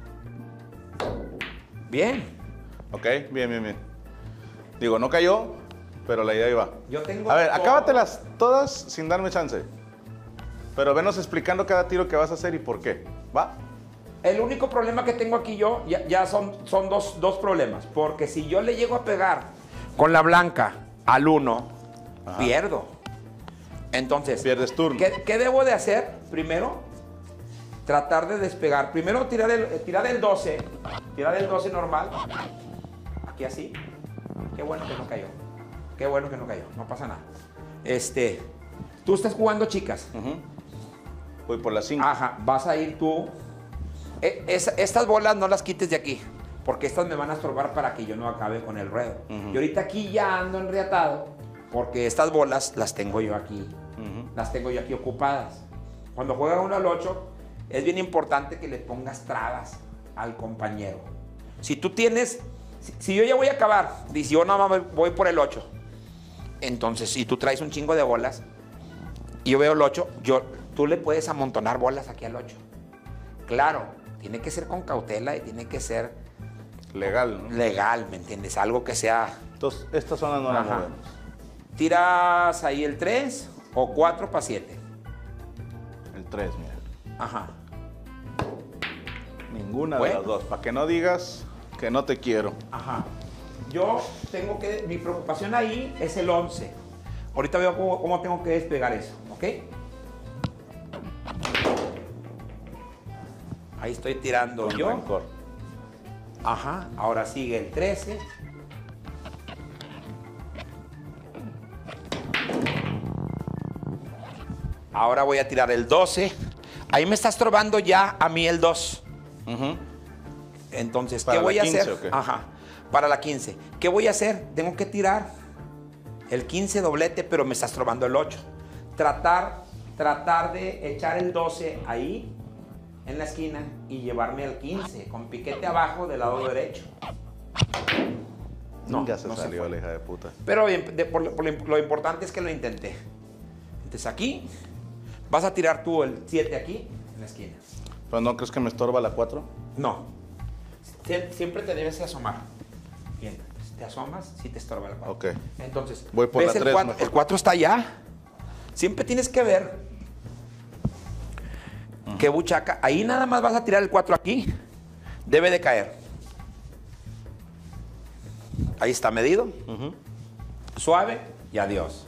Bien. Ok, bien, bien, bien. Digo, no cayó, pero la idea iba. Yo tengo... A ver, todo. acábatelas todas sin darme chance. Pero venos explicando cada tiro que vas a hacer y por qué. ¿Va? El único problema que tengo aquí yo, ya, ya son, son dos, dos problemas. Porque si yo le llego a pegar con la blanca al uno, pierdo. Entonces, pierdes turno. ¿qué, ¿qué debo de hacer? Primero, tratar de despegar. Primero tirar el, tirar el doce. Tirar el doce normal. Aquí así. Qué bueno que no cayó. Qué bueno que no cayó. No pasa nada. Este, tú estás jugando chicas. Uh-huh. Voy por las cinco. Ajá. Vas a ir tú. Eh, es, estas bolas no las quites de aquí. Porque estas me van a estorbar para que yo no acabe con el ruedo. Uh-huh. Y ahorita aquí ya ando enriatado, porque estas bolas las tengo yo aquí. Uh-huh. Las tengo yo aquí ocupadas. Cuando juega uno al ocho, es bien importante que le pongas trabas al compañero. Si tú tienes... Si, si yo ya voy a acabar, dice yo nada más voy por el ocho. Entonces, si tú traes un chingo de bolas, y yo veo el ocho, yo, tú le puedes amontonar bolas aquí al ocho. Claro, tiene que ser con cautela y tiene que ser... Legal, ¿no? Legal, ¿me entiendes? Algo que sea... Entonces, esta zona no la movemos. Tiras ahí el tres o cuatro para siete. El tres, mira. Ajá. Ninguna Bueno. de las dos. Para que no digas que no te quiero. Ajá. Yo tengo que, mi preocupación ahí es el once. Ahorita veo cómo, cómo tengo que despegar eso, ¿ok? Ahí estoy tirando Con yo. rencor. Ajá, ahora sigue el trece. Ahora voy a tirar el doce. Ahí me está estorbando ya a mí el dos. Ujú. Entonces, ¿Para ¿qué voy la a quince hacer? o qué? Ajá, para la quince. ¿Qué voy a hacer? Tengo que tirar el quince doblete, pero me está estorbando el ocho. Tratar, tratar de echar el doce ahí, en la esquina, y llevarme al quince, con piquete abajo del lado derecho. No, ya se no se salió fue. la hija de puta. Pero bien, de- por lo, por lo- lo importante es que lo intenté. Entonces aquí, vas a tirar tú el siete aquí, en la esquina. ¿Pero no crees que me estorba la cuatro? No. Sie- Siempre te debes de asomar. Bien, entonces te asomas, sí te estorba el cuatro. Ok. Entonces, Voy por ¿ves la el tres cuatro? mejor. El cuatro está allá. Siempre tienes que ver qué buchaca. Ahí nada más vas a tirar el cuatro aquí. Debe de caer. Ahí está medido. Ujú. Suave y adiós.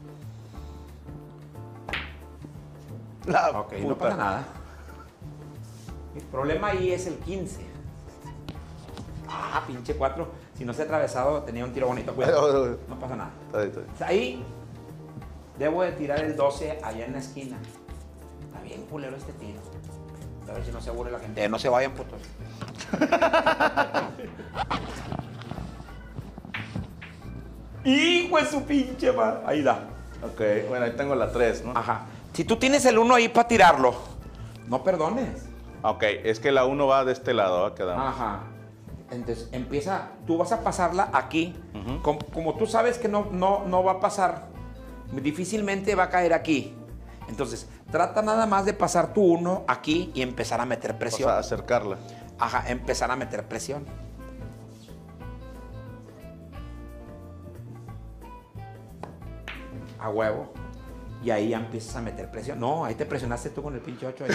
La Ok, no puta. pasa nada. El problema ahí es el quince. Ah, pinche cuatro. Si no se ha atravesado, tenía un tiro bonito. Cuidado. No pasa nada. Está bien, está bien. O sea, ahí debo de tirar el doce allá en la esquina. Está bien culero este tiro. A ver si no se aburre la gente. Eh, no se vayan, putos. ¡Hijo de su pinche madre! Ahí da. Ok, bueno, ahí tengo la tres, ¿no? Ajá. Si tú tienes el uno ahí para tirarlo, no perdones. Ok, es que la uno va de este lado, ¿va? Quedamos. Ajá. Entonces empieza, tú vas a pasarla aquí. Ujú. como, como tú sabes que no, no, no va a pasar, difícilmente va a caer aquí. Entonces, trata nada más de pasar tu uno aquí y empezar a meter O presión. sea, acercarla. Ajá, empezar a meter presión. A huevo. Y ahí ya empiezas a meter presión. No, ahí te presionaste tú con el pinche ocho ahí.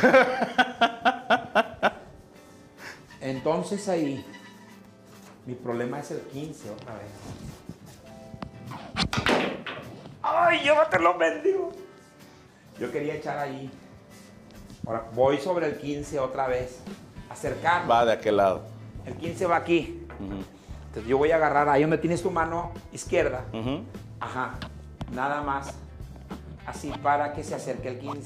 Entonces ahí, mi problema es el quince otra vez. ¡Ay, llévatelo, mendigo! Yo quería echar ahí. Ahora, voy sobre el quince otra vez. Acercarme. Va de aquel lado. El quince va aquí. Ujú. Entonces yo voy a agarrar ahí donde tienes tu mano izquierda. Ujú. Ajá. Nada más. Así para que se acerque el quince.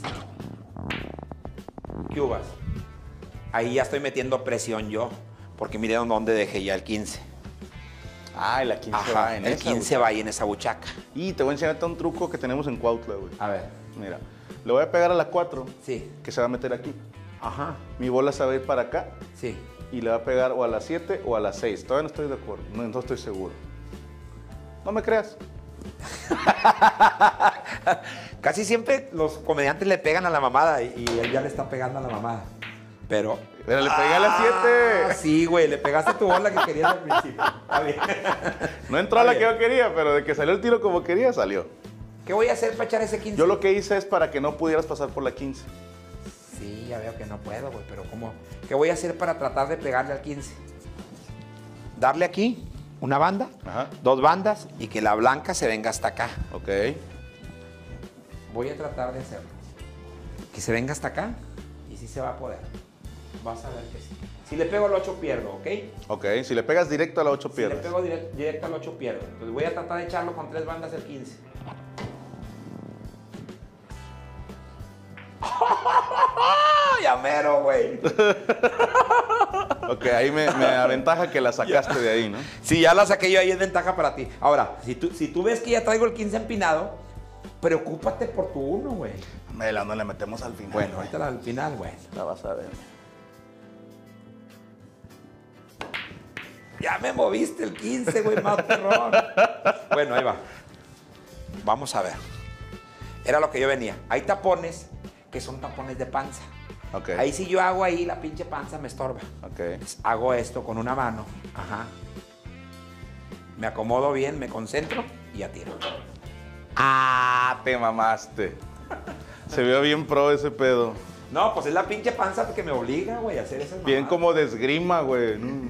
¿Qué hubas? Ahí ya estoy metiendo presión yo. Porque miren dónde dejé ya el quince. Ah, y la quince Ajá. va en El esa, quince güey. va ahí en esa buchaca. Y te voy a enseñarte un truco que tenemos en Cuautla, güey. A ver. Mira, le voy a pegar a la cuatro, Sí. que se va a meter aquí. Ajá. Mi bola se va a ir para acá Sí. y le va a pegar o a las siete o a las seis. Todavía no estoy de acuerdo, no, no estoy seguro. No me creas. Casi siempre los comediantes le pegan a la mamada y, y él ya le está pegando a la mamada. Pero. Pero le pegué a las Ah, siete. sí, güey, le pegaste tu bola que querías al principio. Está bien. No entró a la Está que bien. yo quería, pero de que salió el tiro como quería, salió. ¿Qué voy a hacer para echar ese quince? Yo lo que hice es para que no pudieras pasar por la quince. Sí, ya veo que no puedo, güey, pero ¿cómo? ¿Qué voy a hacer para tratar de pegarle al quince? Darle aquí una banda, Ajá. dos bandas y que la blanca se venga hasta acá. Ok. Voy a tratar de hacerlo. Que se venga hasta acá y sí se va a poder. Vas a ver que sí. Si le pego al ocho pierdo, ¿ok? Ok, si le pegas directo a la ocho Si le pierdes. pego direct- directo al ocho pierdo. Entonces voy a tratar de echarlo con tres bandas el quince. Ya mero, güey. Ok, ahí me, me aventaja que la sacaste de ahí, ¿no? Si ya la saqué yo, ahí es ventaja para ti. Ahora, si tú, si tú ves que ya traigo el quince empinado, preocúpate por tu uno, güey. Me la no le metemos al final. Bueno, ahorita la- al final, güey. La vas a ver. Ya me moviste el quince, güey, más perrón. Bueno, ahí va. Vamos a ver. Era lo que yo venía. Hay tapones que son tapones de panza. Ok. Ahí si yo hago ahí, la pinche panza me estorba. Ok. Entonces, hago esto con una mano. Ajá. Me acomodo bien, me concentro y ya tiro. Ah, te mamaste. Se vio bien pro ese pedo. No, pues es la pinche panza que me obliga, güey, a hacer esas Bien mamadas. como de esgrima, güey. Mm.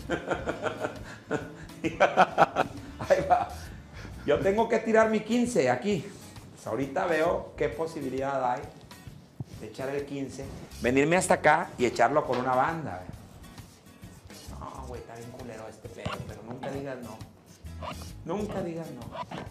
Ahí va. Yo tengo que tirar mi quince aquí. Pues ahorita veo qué posibilidad hay de echar el quince, venirme hasta acá y echarlo con una banda. Güey. No, güey, está bien culero este pedo, pero nunca digas no. Nunca digas no.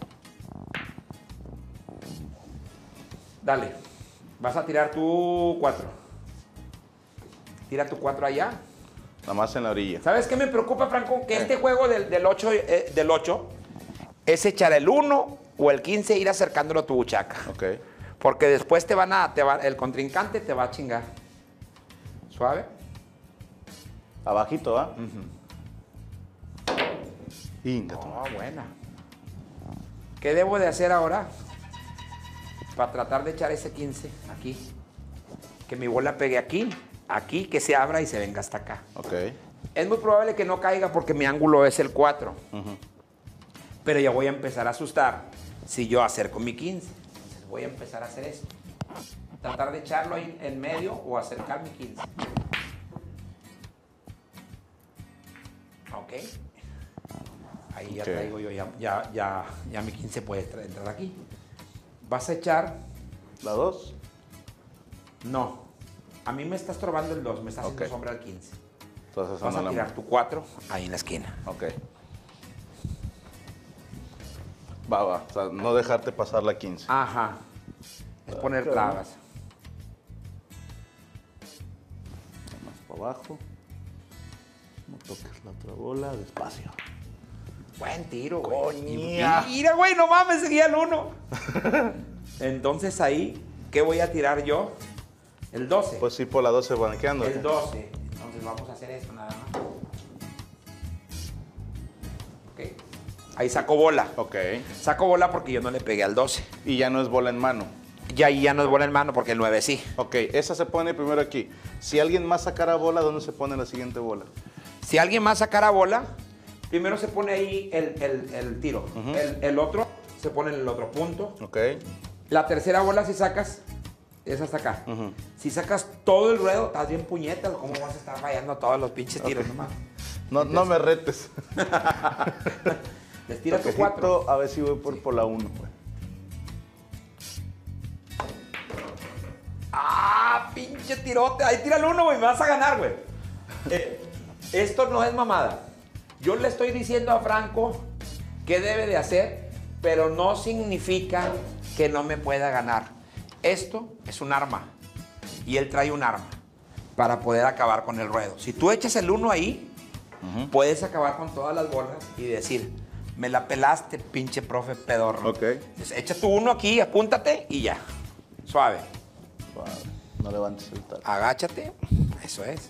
Dale. Vas a tirar tu cuatro. Tira tu cuatro allá. Nada más en la orilla. ¿Sabes qué me preocupa, Franco? Que ¿Qué? este juego del, del, ocho, eh, del ocho es echar el uno o el quince e ir acercándolo a tu buchaca. Ok. Porque después te van a, te va, el contrincante te va a chingar. ¿Suave? Abajito, ¿ah? Inga, tu Oh, buena. ¿Qué debo de hacer ahora? Para tratar de echar ese quince aquí. Que mi bola pegue aquí, aquí, que se abra y se venga hasta acá. Ok. Es muy probable que no caiga porque mi ángulo es el cuatro. Ujú. Pero ya voy a empezar a asustar si yo acerco mi quince. Entonces voy a empezar a hacer esto. Tratar de echarlo ahí en medio o acercar mi quince. Ok. Ahí ya Ok. traigo yo, ya, ya, ya, ya mi quince puede tra- entrar aquí. ¿Vas a echar? ¿La dos? No. A mí me está estorbando el dos, me está haciendo Ok. sombra al quince. Entonces Vas no a la- tirar tu cuatro ahí en la esquina. Ok. Va, va. O sea, no dejarte pasar la quince. Ajá. Es poner claro. trabas. Más para abajo. No toques la otra bola. Despacio. Buen tiro, güey. Coña. Y- Mira, güey, no mames, seguía el uno. Entonces ahí, ¿qué voy a tirar yo? El doce. Pues sí, por la doce banqueando. el doce. Entonces vamos a hacer esto nada más. Ok. Ahí saco bola. Ok. Saco bola porque yo no le pegué al doce. Y ya no es bola en mano. Y ahí ya no es bola en mano porque el nueve sí. Ok, esa se pone primero aquí. Si alguien más sacara bola, ¿dónde se pone la siguiente bola? Si alguien más sacara bola, primero se pone ahí el, el- el tiro. Ujú. el, el otro se pone en el otro punto. Ok. La tercera bola, si sacas, es hasta acá. Ujú. Si sacas todo el ruedo, estás bien puñetas. ¿Cómo vas a estar fallando todos los pinches tiros? Ok. No mames. No, no me retes. Les tira tu Toquecito, cuatro. a ver si voy por, por la uno, güey. ¡Ah, pinche tirote! Ahí tira el uno, güey. Me vas a ganar, güey. Eh, esto no es mamada. Yo le estoy diciendo a Franco qué debe de hacer, pero no significa que no me pueda ganar. Esto es un arma. Y él trae un arma para poder acabar con el ruedo. Si tú echas el uno ahí, Ujú. puedes acabar con todas las bolas y decir, me la pelaste, pinche profe pedorro. Ok. Entonces, echa tu uno aquí, apúntate y ya. Suave. Suave. No levantes el taco. Agáchate. Eso es.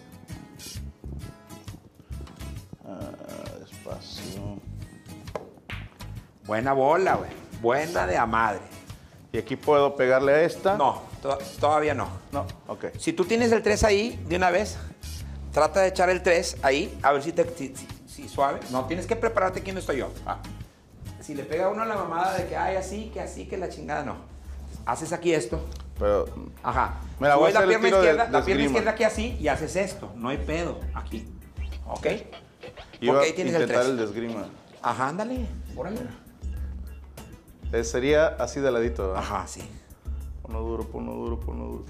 Ah, despacio. Buena bola, güey. Buena de a madre. ¿Y aquí puedo pegarle a esta? No, to- todavía no. No, ok. Si tú tienes el tres ahí, de una vez, trata de echar el tres ahí, a ver si te... Si, si- si suave. No, tienes que prepararte quién estoy yo. Ah. Si le pega a uno la mamada de que, ay, así, que así, que la chingada, no. Haces aquí esto. Pero, Ajá. Mira, voy a Subes la hacer el pierna tiro de- izquierda, de la pierna esgrima. izquierda aquí así y haces esto. No hay pedo. Aquí. ¿Ok? iba Porque a ahí tienes el intentar tres. el de esgrima. Ajá, ándale. Órale. Eh, sería así de ladito, ¿verdad? Ajá, sí. Ponlo duro, ponlo duro, ponlo duro.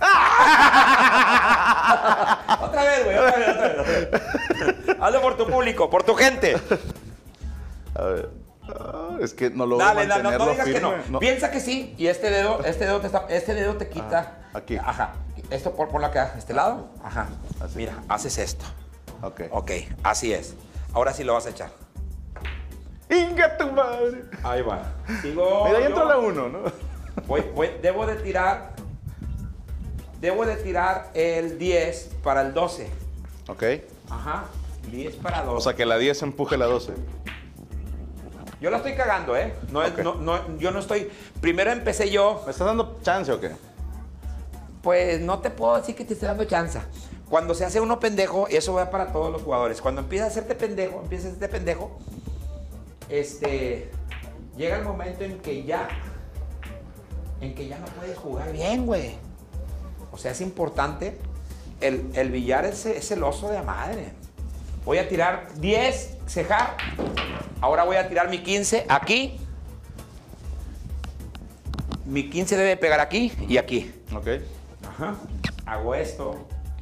Otra vez, güey, otra vez, otra vez, otra vez. Hazlo por tu público, por tu gente. A ver. Ah, es que no lo Dale, voy a dale, no, mantenerlo no digas que firme. no. Piensa que sí, y este dedo, este dedo te está, este dedo te quita. Ah, aquí. Ajá. Esto por, por acá, este lado. Ajá. Así. Mira, haces esto. Ok. Ok, así es. Ahora sí lo vas a echar. ¡Inga tu madre! Ahí va. Sigo. Mira, ahí yo. entró la uno, ¿no? Voy, voy, debo de tirar. Debo de tirar el diez para el doce. Ok. Ajá. diez para doce. O sea, que la diez empuje la doce. Yo la estoy cagando, ¿eh? No, es- Ok. no, no, yo no estoy. Primero empecé yo. ¿Me estás dando chance o qué? Pues no te puedo decir que te esté dando chance. Cuando se hace uno pendejo, y eso va para todos los jugadores, cuando empiezas a hacerte pendejo, empiezas a hacerte pendejo, este, llega el momento en que ya, en que ya no puedes jugar bien, güey. O sea, es importante. El, el billar es, es el oso de la madre. Voy a tirar diez, cejar. Ahora voy a tirar mi quince aquí. Mi quince debe pegar aquí y aquí. Ok. Ajá. Hago esto.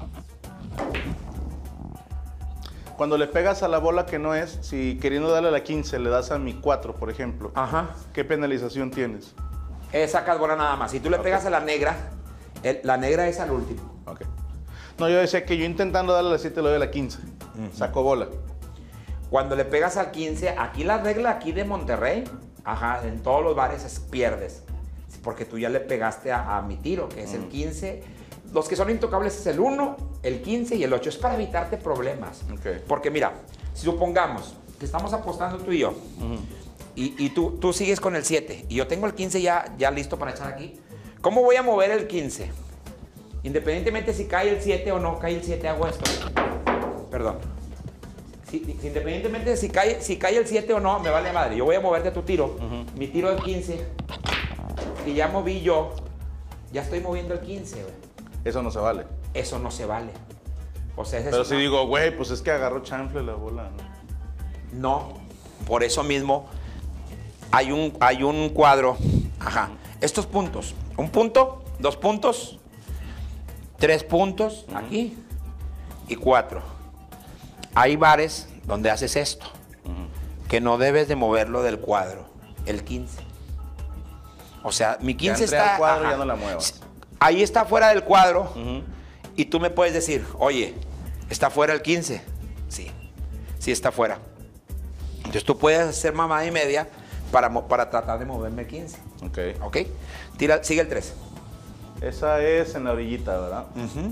Cuando le pegas a la bola que no es, si queriendo darle a la quince le das a mi cuatro, por ejemplo, Ajá. ¿qué penalización tienes? Eh, sacas bola nada más. Si tú le Okay. pegas a la negra, el- la negra es al último. Ok. No, yo decía que yo intentando darle a la siete le doy a la quince. Uh-huh. Saco bola. Cuando le pegas al quince, aquí la regla aquí de Monterrey, ajá, en todos los bares es pierdes. Porque tú ya le pegaste a, a mi tiro, que es uh-huh. el quince. Los que son intocables es el uno, el quince y el ocho. Es para evitarte problemas. Okay. Porque mira, si supongamos que estamos apostando tú y yo, uh-huh. y, y tú, tú sigues con el siete, y yo tengo el quince ya, ya listo para echar aquí, ¿cómo voy a mover el quince? Independientemente si cae el siete o no cae el siete, hago esto. Perdón. Si, si, independientemente de si cae, si cae el siete o no, me vale madre. Yo voy a moverte tu tiro. Uh-huh. Mi tiro del quince, que ya moví yo, ya estoy moviendo el quince, güey. Eso no se vale. Eso no se vale. O sea, Pero es si una... digo, güey, pues es que agarró chanfle la bola, ¿no? No, por eso mismo hay un, hay un cuadro. Ajá. Estos puntos. Un punto, dos puntos, tres puntos, uh-huh. aquí, y cuatro. Hay bares donde haces esto, uh-huh. que no debes de moverlo del cuadro, el quince. O sea, mi quince ya está... al cuadro, ajá, ya no la muevas. Ahí está fuera del cuadro, uh-huh. y tú me puedes decir, oye, ¿está fuera el quince? Sí, sí está fuera. Entonces tú puedes hacer mamada y media para, para tratar de moverme el quince. Ok. Ok. Tira, sigue el tres. Esa es en la orillita, ¿verdad? Uh-huh.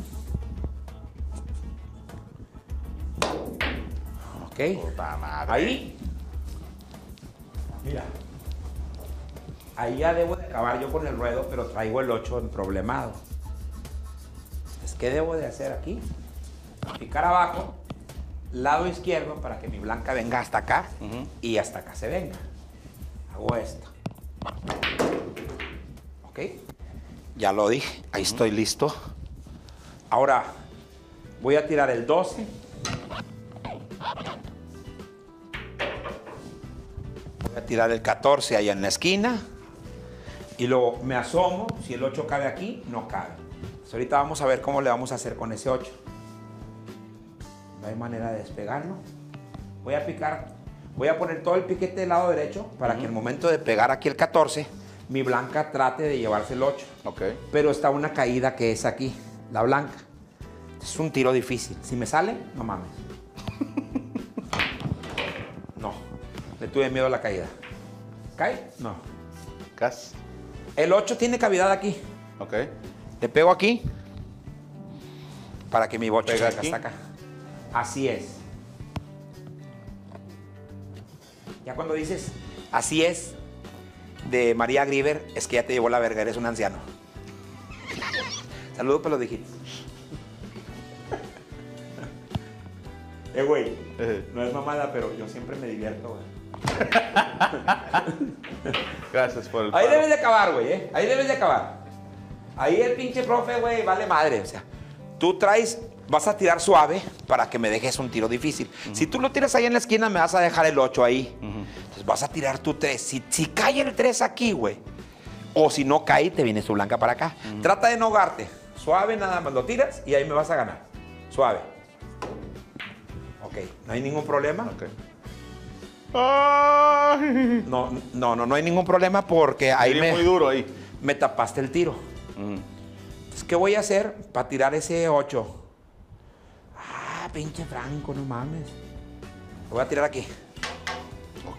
Ok. Puta madre. Ahí. Mira. Ahí ya debo de acabar yo con el ruedo, pero traigo el ocho en problemado. Entonces, ¿qué debo de hacer aquí? Picar abajo, lado izquierdo, para que mi blanca venga hasta acá, uh-huh. y hasta acá se venga. Hago esto. ¿Ok? Ya lo dije, ahí uh-huh. estoy listo. Ahora, voy a tirar el doce. Voy a tirar el catorce allá en la esquina. Y luego me asomo, si el ocho cabe aquí, no cabe. Entonces ahorita vamos a ver cómo le vamos a hacer con ese ocho. No hay manera de despegarlo. Voy a picar, voy a poner todo el piquete del lado derecho para uh-huh. que en el momento de pegar aquí el catorce, mi blanca trate de llevarse el ocho. Okay. Pero está una caída que es aquí, la blanca. Es un tiro difícil. Si me sale, no mames. No, le tuve miedo a la caída. ¿Cae? No. Casi. El ocho tiene cavidad aquí. Ok. Le pego aquí para que mi bocho pega salga aquí. hasta acá. Así es. Ya cuando dices así es de María Grieber, es que ya te llevó la verga, eres un anciano. Saludos, pero lo dijiste. Eh, güey, no es mamada, pero yo siempre me divierto, güey. Gracias por el Ahí paro. debes de acabar, güey, ¿eh? Ahí debes de acabar. Ahí el pinche profe, güey, vale madre. O sea, tú traes, vas a tirar suave para que me dejes un tiro difícil. Uh-huh. Si tú lo tiras ahí en la esquina, me vas a dejar el ocho ahí. Uh-huh. Entonces vas a tirar tu tres. Si, si cae el tres aquí, güey, o si no cae, te vienes tu blanca para acá. Uh-huh. Trata de no ahogarte. Suave nada más, lo tiras y ahí me vas a ganar. Suave. Ok, no hay ningún problema. Ok. No, no, no, no hay ningún problema porque ahí me, muy duro ahí. me tapaste el tiro. Mm. Entonces, ¿qué voy a hacer para tirar ese ocho? Ah, pinche Franco, no mames. Lo voy a tirar aquí. Ok.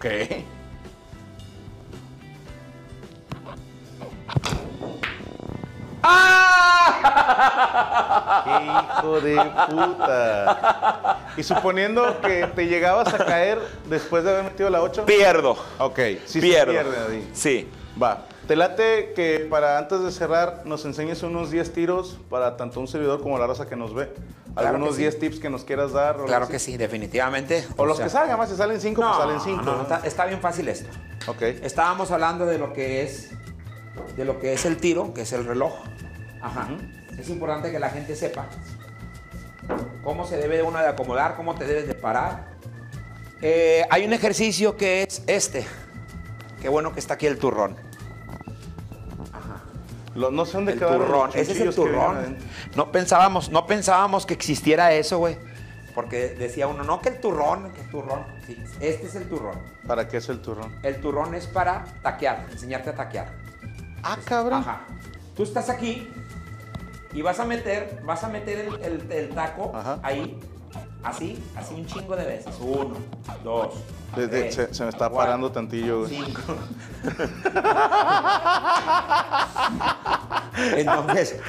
¡Ah! ¡Qué hijo de puta! Y suponiendo que te llegabas a caer después de haber metido la ocho. Pierdo. Ok, sí Pierdo. se pierde ahí. Sí. Va. Te late que para antes de cerrar nos enseñes unos diez tiros para tanto un servidor como la raza que nos ve. Claro Algunos que sí. diez tips que nos quieras dar. Claro que sí, definitivamente. O, o los sea, que salgan, más si salen cinco, no, pues salen cinco. No, ¿no? está, está bien fácil esto. Ok. Estábamos hablando de lo que es de lo que es el tiro, que es el reloj. Ajá. Uh-huh. Es importante que la gente sepa cómo se debe uno de acomodar, cómo te debes de parar. Eh, hay un ejercicio que es este. Qué bueno que está aquí el turrón. Ajá. Lo, no sé dónde el quedaron turrón. los Ese es el turrón. Que no pensábamos, no pensábamos que existiera eso, güey. Porque decía uno, no, que el turrón, que el turrón. Sí, este es el turrón. ¿Para qué es el turrón? El turrón es para taquear, enseñarte a taquear. Ah, cabrón. Ajá. Tú estás aquí y vas a meter, vas a meter el, el, el taco Ajá. ahí, así, así un chingo de veces. Uno, dos, de, de, tres, se, se me está cuatro, parando tantillo, güey. Cinco. Entonces,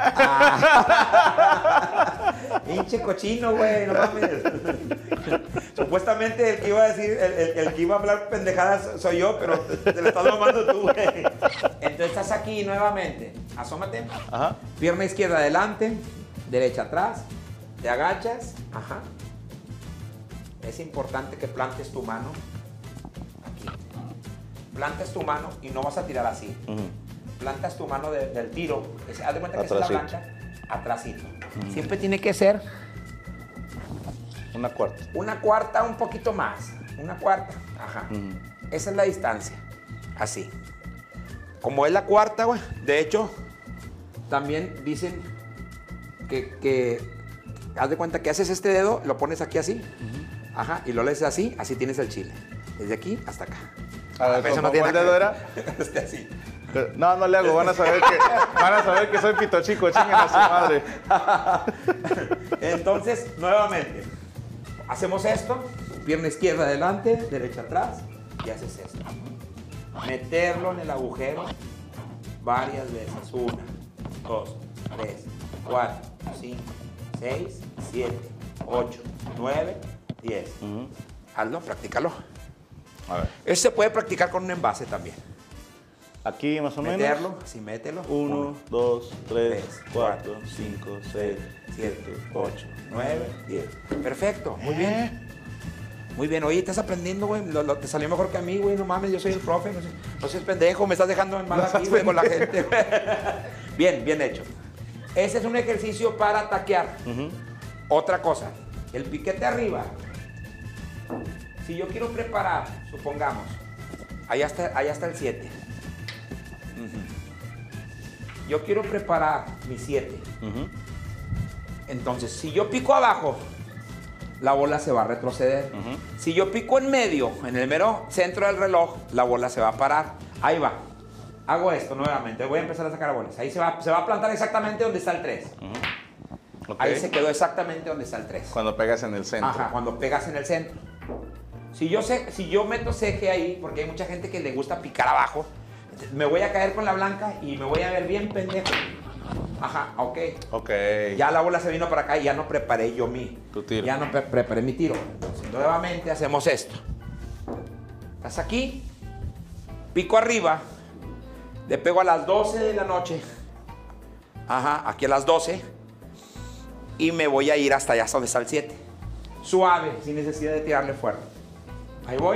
ah, pinche cochino, güey, no mames. Supuestamente el que iba a decir, el, el, el que iba a hablar pendejadas soy yo, pero te lo estás mamando tú, güey. Entonces estás aquí nuevamente, asómate, Ajá. pierna izquierda adelante, derecha atrás, te agachas, Ajá. Es importante que plantes tu mano aquí. Plantas tu mano y no vas a tirar así. Uh-huh. Plantas tu mano de, del tiro, haz de cuenta que atrasito. Es la blanca, atrasito. Uh-huh. Siempre tiene que ser una cuarta. Una cuarta, un poquito más. Una cuarta. Ajá. Uh-huh. Esa es la distancia. Así. Como es la cuarta, güey. De hecho, también dicen que, que haz de cuenta que haces este dedo, lo pones aquí así. Uh-huh. Ajá. Y lo lees así, así tienes el chile. Desde aquí hasta acá. A ver, ¿cómo, no tiene ¿cuál dedo era? Este así. No, no le hago, van a saber que, van a saber que soy pito chico, chinguen a su madre. Entonces, nuevamente, hacemos esto, pierna izquierda adelante, derecha atrás, y haces esto. Meterlo en el agujero varias veces. Una, dos, tres, cuatro, cinco, seis, siete, ocho, nueve, diez. Uh-huh. Hazlo, practícalo. A ver. Eso se puede practicar con un envase también. Aquí más o Meterlo, menos. Meterlo, sí, mételo. Uno, Uno dos, tres, tres cuatro, cinco, seis, siete, ocho, nueve, diez. Perfecto, muy ¿Eh? bien. Muy bien, oye, estás aprendiendo, güey. Lo, lo, te salió mejor que a mí, güey. No mames, yo soy el profe. No, sé, no seas pendejo, me estás dejando en mal no aquí, güey, con la gente. Bien, bien hecho. Ese es un ejercicio para taquear. Uh-huh. Otra cosa, el piquete arriba. Si yo quiero preparar, supongamos, allá está, allá está el siete. Uh-huh. Yo quiero preparar mi siete. Uh-huh. Entonces, si yo pico abajo, la bola se va a retroceder. Uh-huh. Si yo pico en medio, en el mero centro del reloj, la bola se va a parar. Ahí va. Hago esto nuevamente. Voy a empezar a sacar bolas. Ahí se va, se va a plantar exactamente donde está el tres. Uh-huh. Okay. Ahí se quedó exactamente donde está el tres. Cuando pegas en el centro. Ajá, cuando pegas en el centro. Si yo, sé, si yo meto ceje ahí, porque hay mucha gente que le gusta picar abajo, me voy a caer con la blanca y me voy a ver bien pendejo. Ajá, ok. Ok. Ya la bola se vino para acá y ya no preparé yo mi tu tiro. Ya no pre preparé mi tiro. Entonces, nuevamente hacemos esto. Estás aquí, pico arriba, le pego a las doce de la noche. Ajá, aquí a las doce. Y me voy a ir hasta allá, hasta donde está el siete. Suave, sin necesidad de tirarle fuerte. Ahí voy.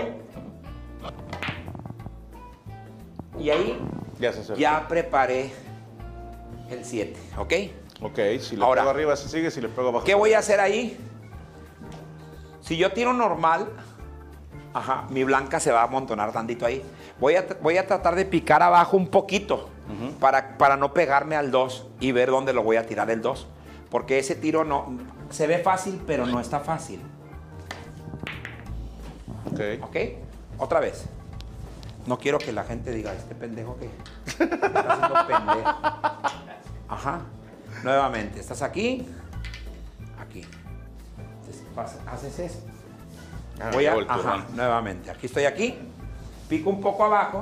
Y ahí ya, se ya preparé el siete, ¿ok? Ok, si le Ahora, pego arriba se sigue, si le pego abajo. ¿Qué voy a hacer ahí? Si yo tiro normal, ajá, mi blanca se va a amontonar tantito ahí. Voy a, voy a tratar de picar abajo un poquito uh-huh. para, para no pegarme al dos y ver dónde lo voy a tirar el dos. Porque ese tiro no se ve fácil, pero no está fácil. Ok. Ok, otra vez. No quiero que la gente diga, este pendejo que está haciendo pendejo. Ajá. Nuevamente, estás aquí, aquí. Entonces, haces eso. Ah, voy a, ajá, nuevamente. Aquí estoy aquí, pico un poco abajo.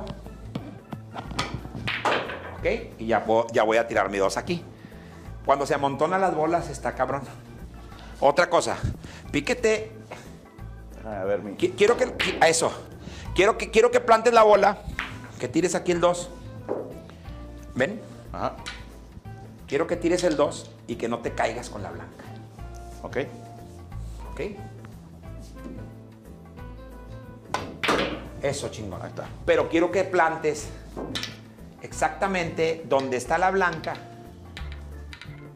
Ok, y ya, puedo, ya voy a tirar mi dos aquí. Cuando se amontonan las bolas, está cabrón. Otra cosa, piquete. A ver, mi... Quiero que, a eso. Quiero que, quiero que plantes la bola, que tires aquí el dos. ¿Ven? Ajá. Quiero que tires el dos y que no te caigas con la blanca. Ok. Ok. Eso, chingón. Ahí está. Pero quiero que plantes exactamente donde está la blanca.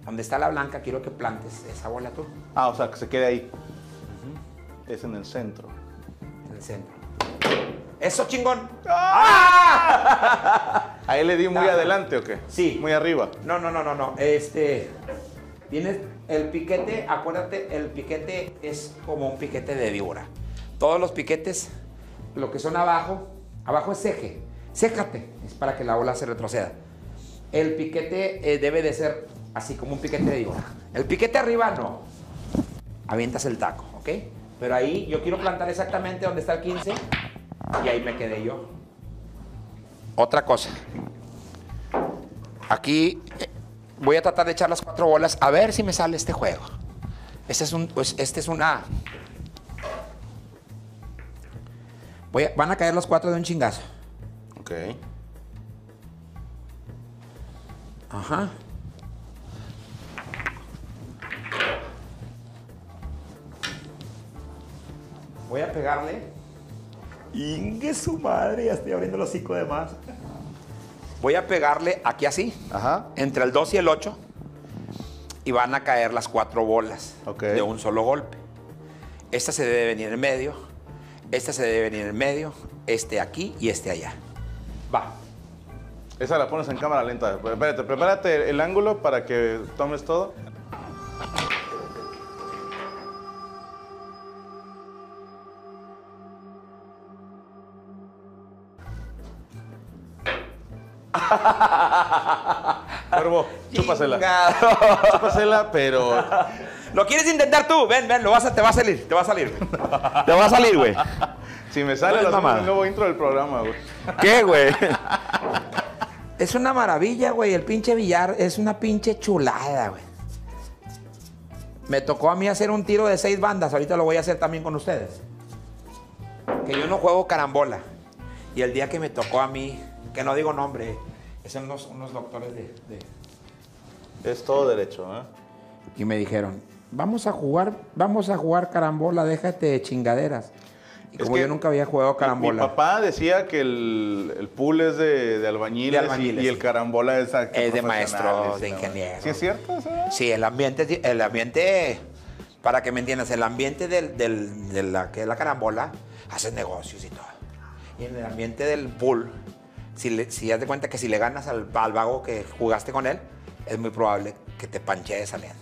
Donde está la blanca, quiero que plantes esa bola tú. Ah, o sea, que se quede ahí. Uh-huh. Es en el centro. En el centro. ¡Eso, chingón! ¡Ah! ¿Ahí le di muy Ah. adelante o qué? Sí. Muy arriba. No, no, no, no, no. Este... Tienes el piquete, acuérdate, el piquete es como un piquete de víbora. Todos los piquetes, lo que son abajo, abajo es eje. Sécate, es para que la bola se retroceda. El piquete eh, debe de ser así como un piquete de víbora. El piquete arriba no. Avientas el taco, ¿ok? Pero ahí yo quiero plantar exactamente donde está el quince y ahí me quedé yo. Otra cosa. Aquí eh, voy a tratar de echar las cuatro bolas a ver si me sale este juego. Este es un, pues, este es una... Voy a, van a caer los cuatro de un chingazo. Ok. Ajá. Voy a pegarle. Ingue su madre, ya estoy abriendo el hocico de más. Voy a pegarle aquí así, Ajá. entre el dos y el ocho, y van a caer las cuatro bolas Ok. de un solo golpe. Esta se debe venir en medio, esta se debe venir en medio, este aquí y este allá. Va. Esa la pones en cámara lenta. Espérate, prepárate el ángulo para que tomes todo. Cuervo, chúpasela. Chingado. Chúpasela, pero... ¿Lo quieres intentar tú? Ven, ven, lo vas a, te va a salir, te va a salir. Te va a salir, güey. Si me sale, No es la hacemos mamada. el nuevo intro del programa, güey. ¿Qué, güey? Es una maravilla, güey. El pinche billar es una pinche chulada, güey. Me tocó a mí hacer un tiro de seis bandas. Ahorita lo voy a hacer también con ustedes. Que yo no juego carambola. Y el día que me tocó a mí, que no digo nombre, es unos, unos doctores de, de... Es todo derecho, ¿eh? Y me dijeron, vamos a jugar, vamos a jugar carambola, déjate de chingaderas. Y Es como que yo nunca había jugado Mi, carambola. mi papá decía que el, el pool es de, de albañiles, De albañiles, y, y el sí. carambola es, a- Es de maestro, profesionales, de y la ingeniero. madre. ¿Sí es cierto? O sea? Sí, el ambiente, el ambiente, para que me entiendas, el ambiente del, del- de la que es la carambola, haces negocios y todo. Y en el ambiente del pool, si, le, si das de cuenta que si le ganas al, al vago que jugaste con él, es muy probable que te panchees saliendo.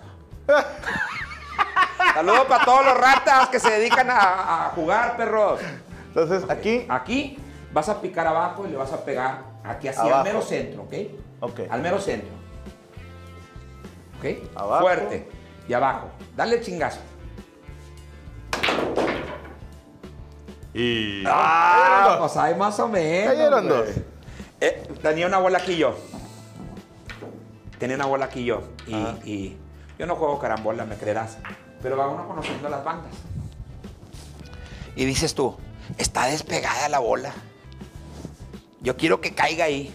Saludos para todos los ratas que se dedican a, a jugar, perros. Entonces, aquí... Aquí vas a picar abajo y le vas a pegar aquí así, Abajo. al mero centro, ¿ok? Ok. Al mero centro. ¿Ok? Abajo. Fuerte. Y abajo. Dale el chingazo. Y... Ah, pues hay más o menos. Cayeron güey. dos. Eh, tenía una bola aquí yo. Tenía una bola aquí yo. Y, Ajá. y yo no juego carambola, me creerás. Pero va uno conociendo las bandas. Y dices tú, está despegada la bola. Yo quiero que caiga ahí.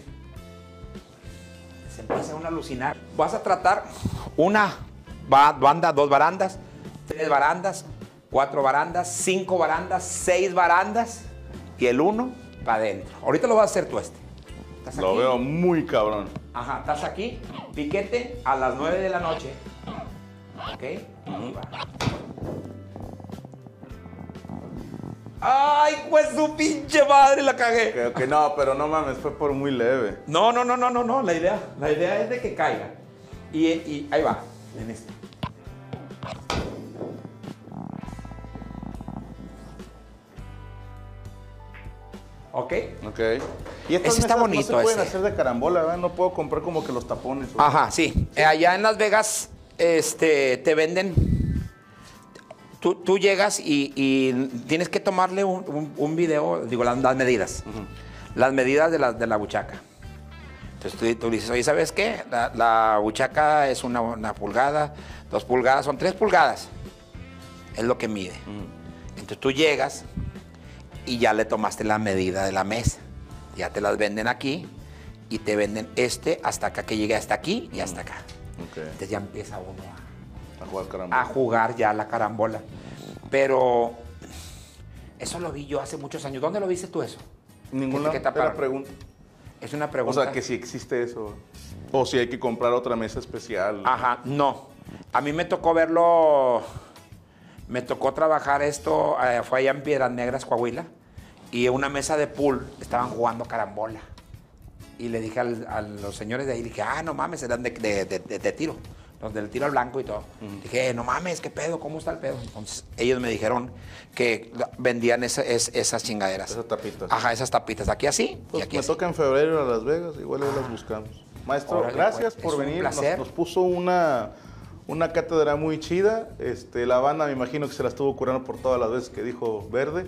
Se empieza uno a alucinar. Vas a tratar una ba- banda, dos barandas, tres barandas, cuatro barandas, cinco barandas, seis barandas y el uno para adentro. Ahorita lo vas a hacer tú este. ¿Estás Lo aquí? veo muy cabrón. Ajá, estás aquí. Piquete a las nueve de la noche. ¿Ok? Ahí va. ¡Ay, pues su pinche madre! La cagué. Creo que no, pero no mames, fue por muy leve. No, no, no, no, no, no. La idea, la idea es de que caiga. Y, y ahí va. En este. ¿Ok? Ok. Y estas Ese está mesas bonito, no se pueden ese. hacer de carambola, ¿verdad? No puedo comprar como que los tapones. ¿o? Ajá, sí. Eh, allá en Las Vegas, este, te venden. Tú, tú llegas y, y tienes que tomarle un, un- un video, digo, las, las medidas. Las medidas de la, de la buchaca. Entonces tú, tú dices, oye, ¿sabes qué? La, la buchaca es una, una pulgada, dos pulgadas, son tres pulgadas. Es lo que mide. Entonces tú llegas y ya le tomaste la medida de la mesa. Ya te las venden aquí y te venden este hasta acá, que llegue hasta aquí y hasta acá. Ok. Entonces ya empieza uno A jugar a, carambola. a jugar ya la carambola. Pero eso lo vi yo hace muchos años. ¿Dónde lo viste tú eso? Ninguna ¿Qué te era taparon? pregunta. Es una O pregunta. sea, que si existe eso. O si hay que comprar otra mesa especial. Ajá, no. A mí me tocó verlo, me tocó trabajar esto, eh, fue allá en Piedras Negras, Coahuila, y en una mesa de pool estaban jugando carambola. Y le dije al, a los señores de ahí, dije, ah, no mames, eran de, de, de, de, de tiro, los del tiro al blanco y todo. Uh-huh. Dije, no mames, ¿qué pedo? ¿Cómo está el pedo? Entonces ellos me dijeron que vendían esa, es, esas chingaderas. Esas tapitas. Ajá, esas tapitas. Aquí así pues y aquí me así. toca en febrero a Las Vegas, igual ahí las buscamos. Maestro, órale, gracias pues, por venir. Nos, nos puso una... Una cátedra muy chida. Este, la banda me imagino que se la estuvo curando por todas las veces que dijo verde.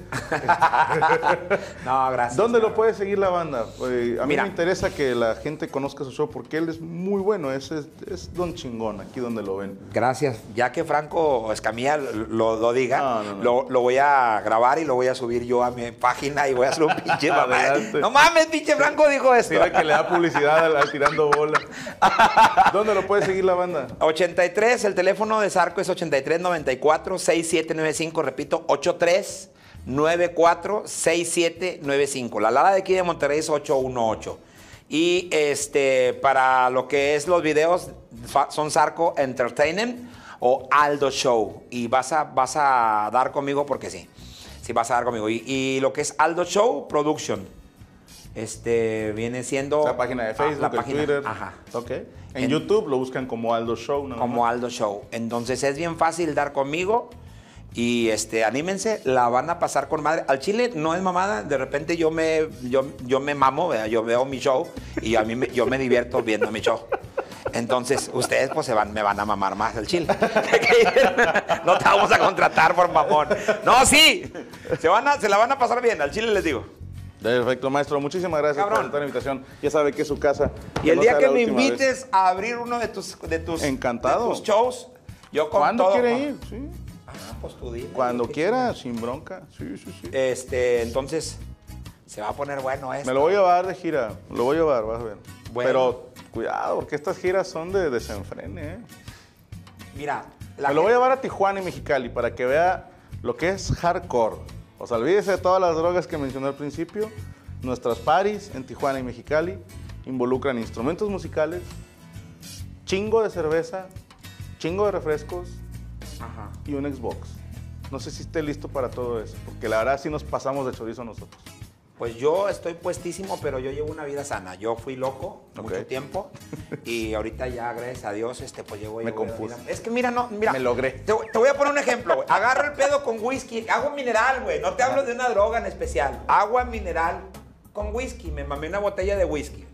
No, gracias. ¿Dónde no. lo puede seguir la banda? Eh, a Mira, mí me interesa que la gente conozca su show porque él es muy bueno. Es, es, es don chingón, aquí donde lo ven. Gracias. Ya que Franco Escamilla lo, lo diga, no, no, no. Lo, lo voy a grabar y lo voy a subir yo a mi página y voy a hacer un pinche mamá. No mames, pinche Franco dijo esto. Mira que le da publicidad al, al tirando bola. ¿Dónde lo puede seguir la banda? ochenta y tres, el teléfono de Zarco es ochenta y tres noventa y cuatro sesenta y siete noventa y cinco, repito, ochenta y tres noventa y cuatro sesenta y siete noventa y cinco. La Lada de aquí de Monterrey es ocho uno ocho. Y este, para lo que es los videos, son Zarco Entertainment o Aldo Show. Y vas a, vas a dar conmigo porque sí. Sí, vas a dar conmigo. Y, y lo que es Aldo Show Production. Este, viene siendo... La página de Facebook, ah, la el página, Twitter. Ajá. Ok. En, en YouTube lo buscan como Aldo Show. ¿No? Como Aldo Show. Entonces es bien fácil dar conmigo y este, anímense, la van a pasar con madre. Al chile no es mamada, de repente yo me, yo, yo me mamo, ¿verdad? Yo veo mi show y a mí me, yo me divierto viendo mi show. Entonces ustedes pues se van, me van a mamar más el chile. No te vamos a contratar por mamón. No, sí, se, van a, se la van a pasar bien, al chile les digo. Perfecto, maestro. Muchísimas gracias Cabrón. por esta invitación. Ya sabe que es su casa. Y el no día que me invites vez. a abrir uno de tus, de tus, Encantado. de tus shows, yo con ¿Cuándo todo, quiere con... ir? Sí. Ah, pues tú dime. Cuando quiera, sin bronca. Sí, sí, sí. Este, entonces, se va a poner bueno esto. Me lo voy a llevar de gira. Lo voy a llevar, vas a ver. Bueno. Pero cuidado, porque estas giras son de desenfrene, ¿eh? Mira, la Me lo voy a llevar a Tijuana y Mexicali para que vea lo que es hardcore. O sea, olvídese de todas las drogas que mencioné al principio. Nuestras parties en Tijuana y Mexicali involucran instrumentos musicales, chingo de cerveza, chingo de refrescos. Ajá. Y un Xbox. No sé si esté listo para todo eso, porque la verdad sí nos pasamos de chorizo nosotros. Pues yo estoy puestísimo, pero yo llevo una vida sana. Yo fui loco okay. mucho tiempo y ahorita ya, gracias a Dios, este, pues llevo... Me compuse. Es que mira, no, mira. Me logré. Te, te voy a poner un ejemplo, güey. Agarro el pedo con whisky, agua mineral, güey. No te hablo de una droga en especial. Agua mineral con whisky. Me mamé una botella de whisky.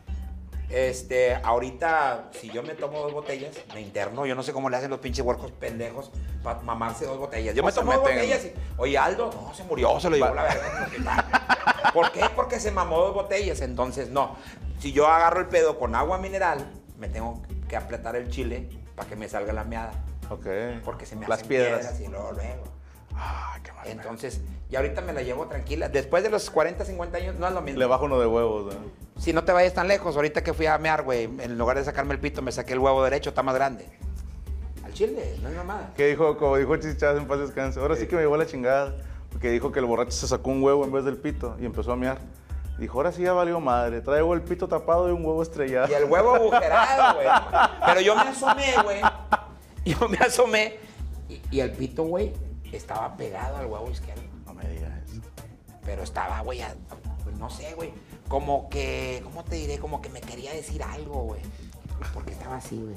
Este, ahorita, si yo me tomo dos botellas, me interno. Yo no sé cómo le hacen los pinches huercos pendejos para mamarse dos botellas. Yo me tomo dos botellas y... Oye, Aldo, no, se murió, se lo llevó la verga. ¿Por qué? Porque se mamó dos botellas. Entonces, no. Si yo agarro el pedo con agua mineral, me tengo que apretar el chile para que me salga la meada. Ok. Porque se me Las hacen piedras. piedras y luego, luego. Ah, qué mal. Entonces, y ahorita me la llevo tranquila. Después de los cuarenta, cincuenta años, no es lo mismo. Le bajo uno de huevos, ¿no? Si no te vayas tan lejos, ahorita que fui a mear, güey, en lugar de sacarme el pito, me saqué el huevo derecho, está más grande. Al chile, no es mamada. ¿Qué dijo? Como dijo Chichaz en paz descanse. Ahora sí que me llevó la chingada. Porque dijo que el borracho se sacó un huevo en vez del pito y empezó a mear. Dijo, ahora sí ya valió madre. Traigo el pito tapado y un huevo estrellado. Y el huevo agujerado, güey. Pero yo me asomé, güey. Yo me asomé y, y el pito, güey, estaba pegado al huevo izquierdo. No me digas eso. Pero estaba, güey, pues no sé, güey. Como que, ¿cómo te diré? Como que me quería decir algo, güey. Porque estaba así, güey.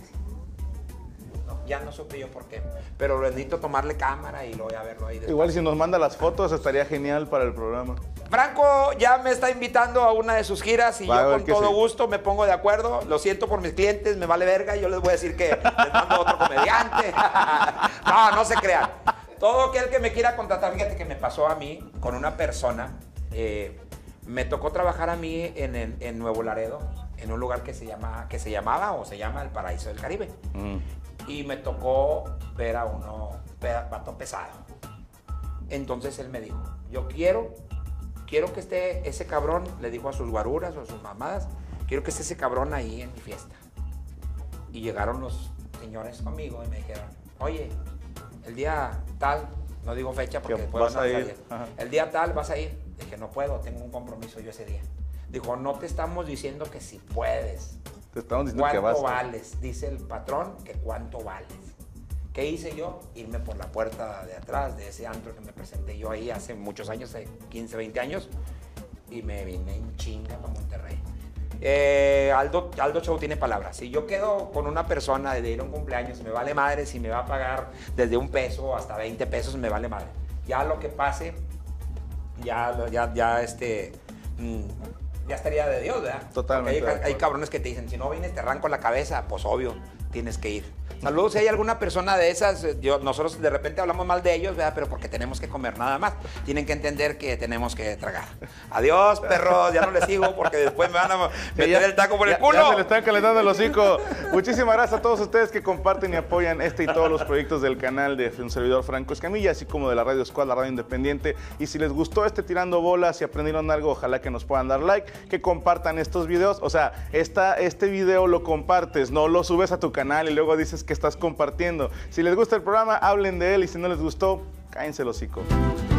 No, ya no supe yo por qué. Pero necesito tomarle cámara y lo voy a verlo ahí después. Igual si nos manda las fotos estaría genial para el programa. Franco ya me está invitando a una de sus giras y Va, yo con todo sí. gusto me pongo de acuerdo. Lo siento por mis clientes, me vale verga. Yo les voy a decir que les mando otro comediante. No, no se crean. Todo aquel que me quiera contratar, fíjate que me pasó a mí con una persona. Eh, me tocó trabajar a mí en, el, en Nuevo Laredo, en un lugar que se, llama, que se llamaba o se llama el Paraíso del Caribe. Mm. Y me tocó ver a uno, vato pesado. Entonces él me dijo, yo quiero, quiero que esté ese cabrón, le dijo a sus guaruras o a sus mamadas, quiero que esté ese cabrón ahí en mi fiesta. Y llegaron los señores conmigo y me dijeron, oye, el día tal, no digo fecha porque puedo no salir, el día tal vas a ir. Dije, no puedo, tengo un compromiso yo ese día. Dijo, no te estamos diciendo que si puedes, Te estamos diciendo que ¿Cuánto basta. vales? Dice el patrón que cuánto vales. ¿Qué hice yo? Irme por la puerta de atrás de ese antro que me presenté yo ahí hace muchos años, hace quince, veinte años, y me vine en chinga para Monterrey. Eh, Aldo, Aldo Show tiene palabras. Si yo quedo con una persona de ir a un cumpleaños, me vale madre. Si me va a pagar desde un peso hasta veinte pesos, me vale madre. Ya lo que pase, ya, ya, ya, este, mmm, ya estaría de Dios, ¿verdad? Totalmente. Hay, hay cabrones que te dicen, si no vienes te arranco la cabeza, pues obvio, tienes que ir. Saludos, si hay alguna persona de esas, yo, nosotros de repente hablamos mal de ellos, ¿verdad? Pero porque tenemos que comer nada más. Tienen que entender que tenemos que tragar. Adiós, perros, ya no les sigo porque después me van a meter ya, el taco por ya, el culo. Ya se le están calentando el hocico. Muchísimas gracias a todos ustedes que comparten y apoyan este y todos los proyectos del canal de un servidor Franco Escamilla, así como de la Radio Squad, la radio independiente. Y si les gustó este Tirando Bolas, si aprendieron algo, ojalá que nos puedan dar like, que compartan estos videos. O sea, esta, este video lo compartes, no lo subes a tu canal y luego dices que estás compartiendo. Si les gusta el programa, hablen de él, y si no les gustó, cállense el hocico.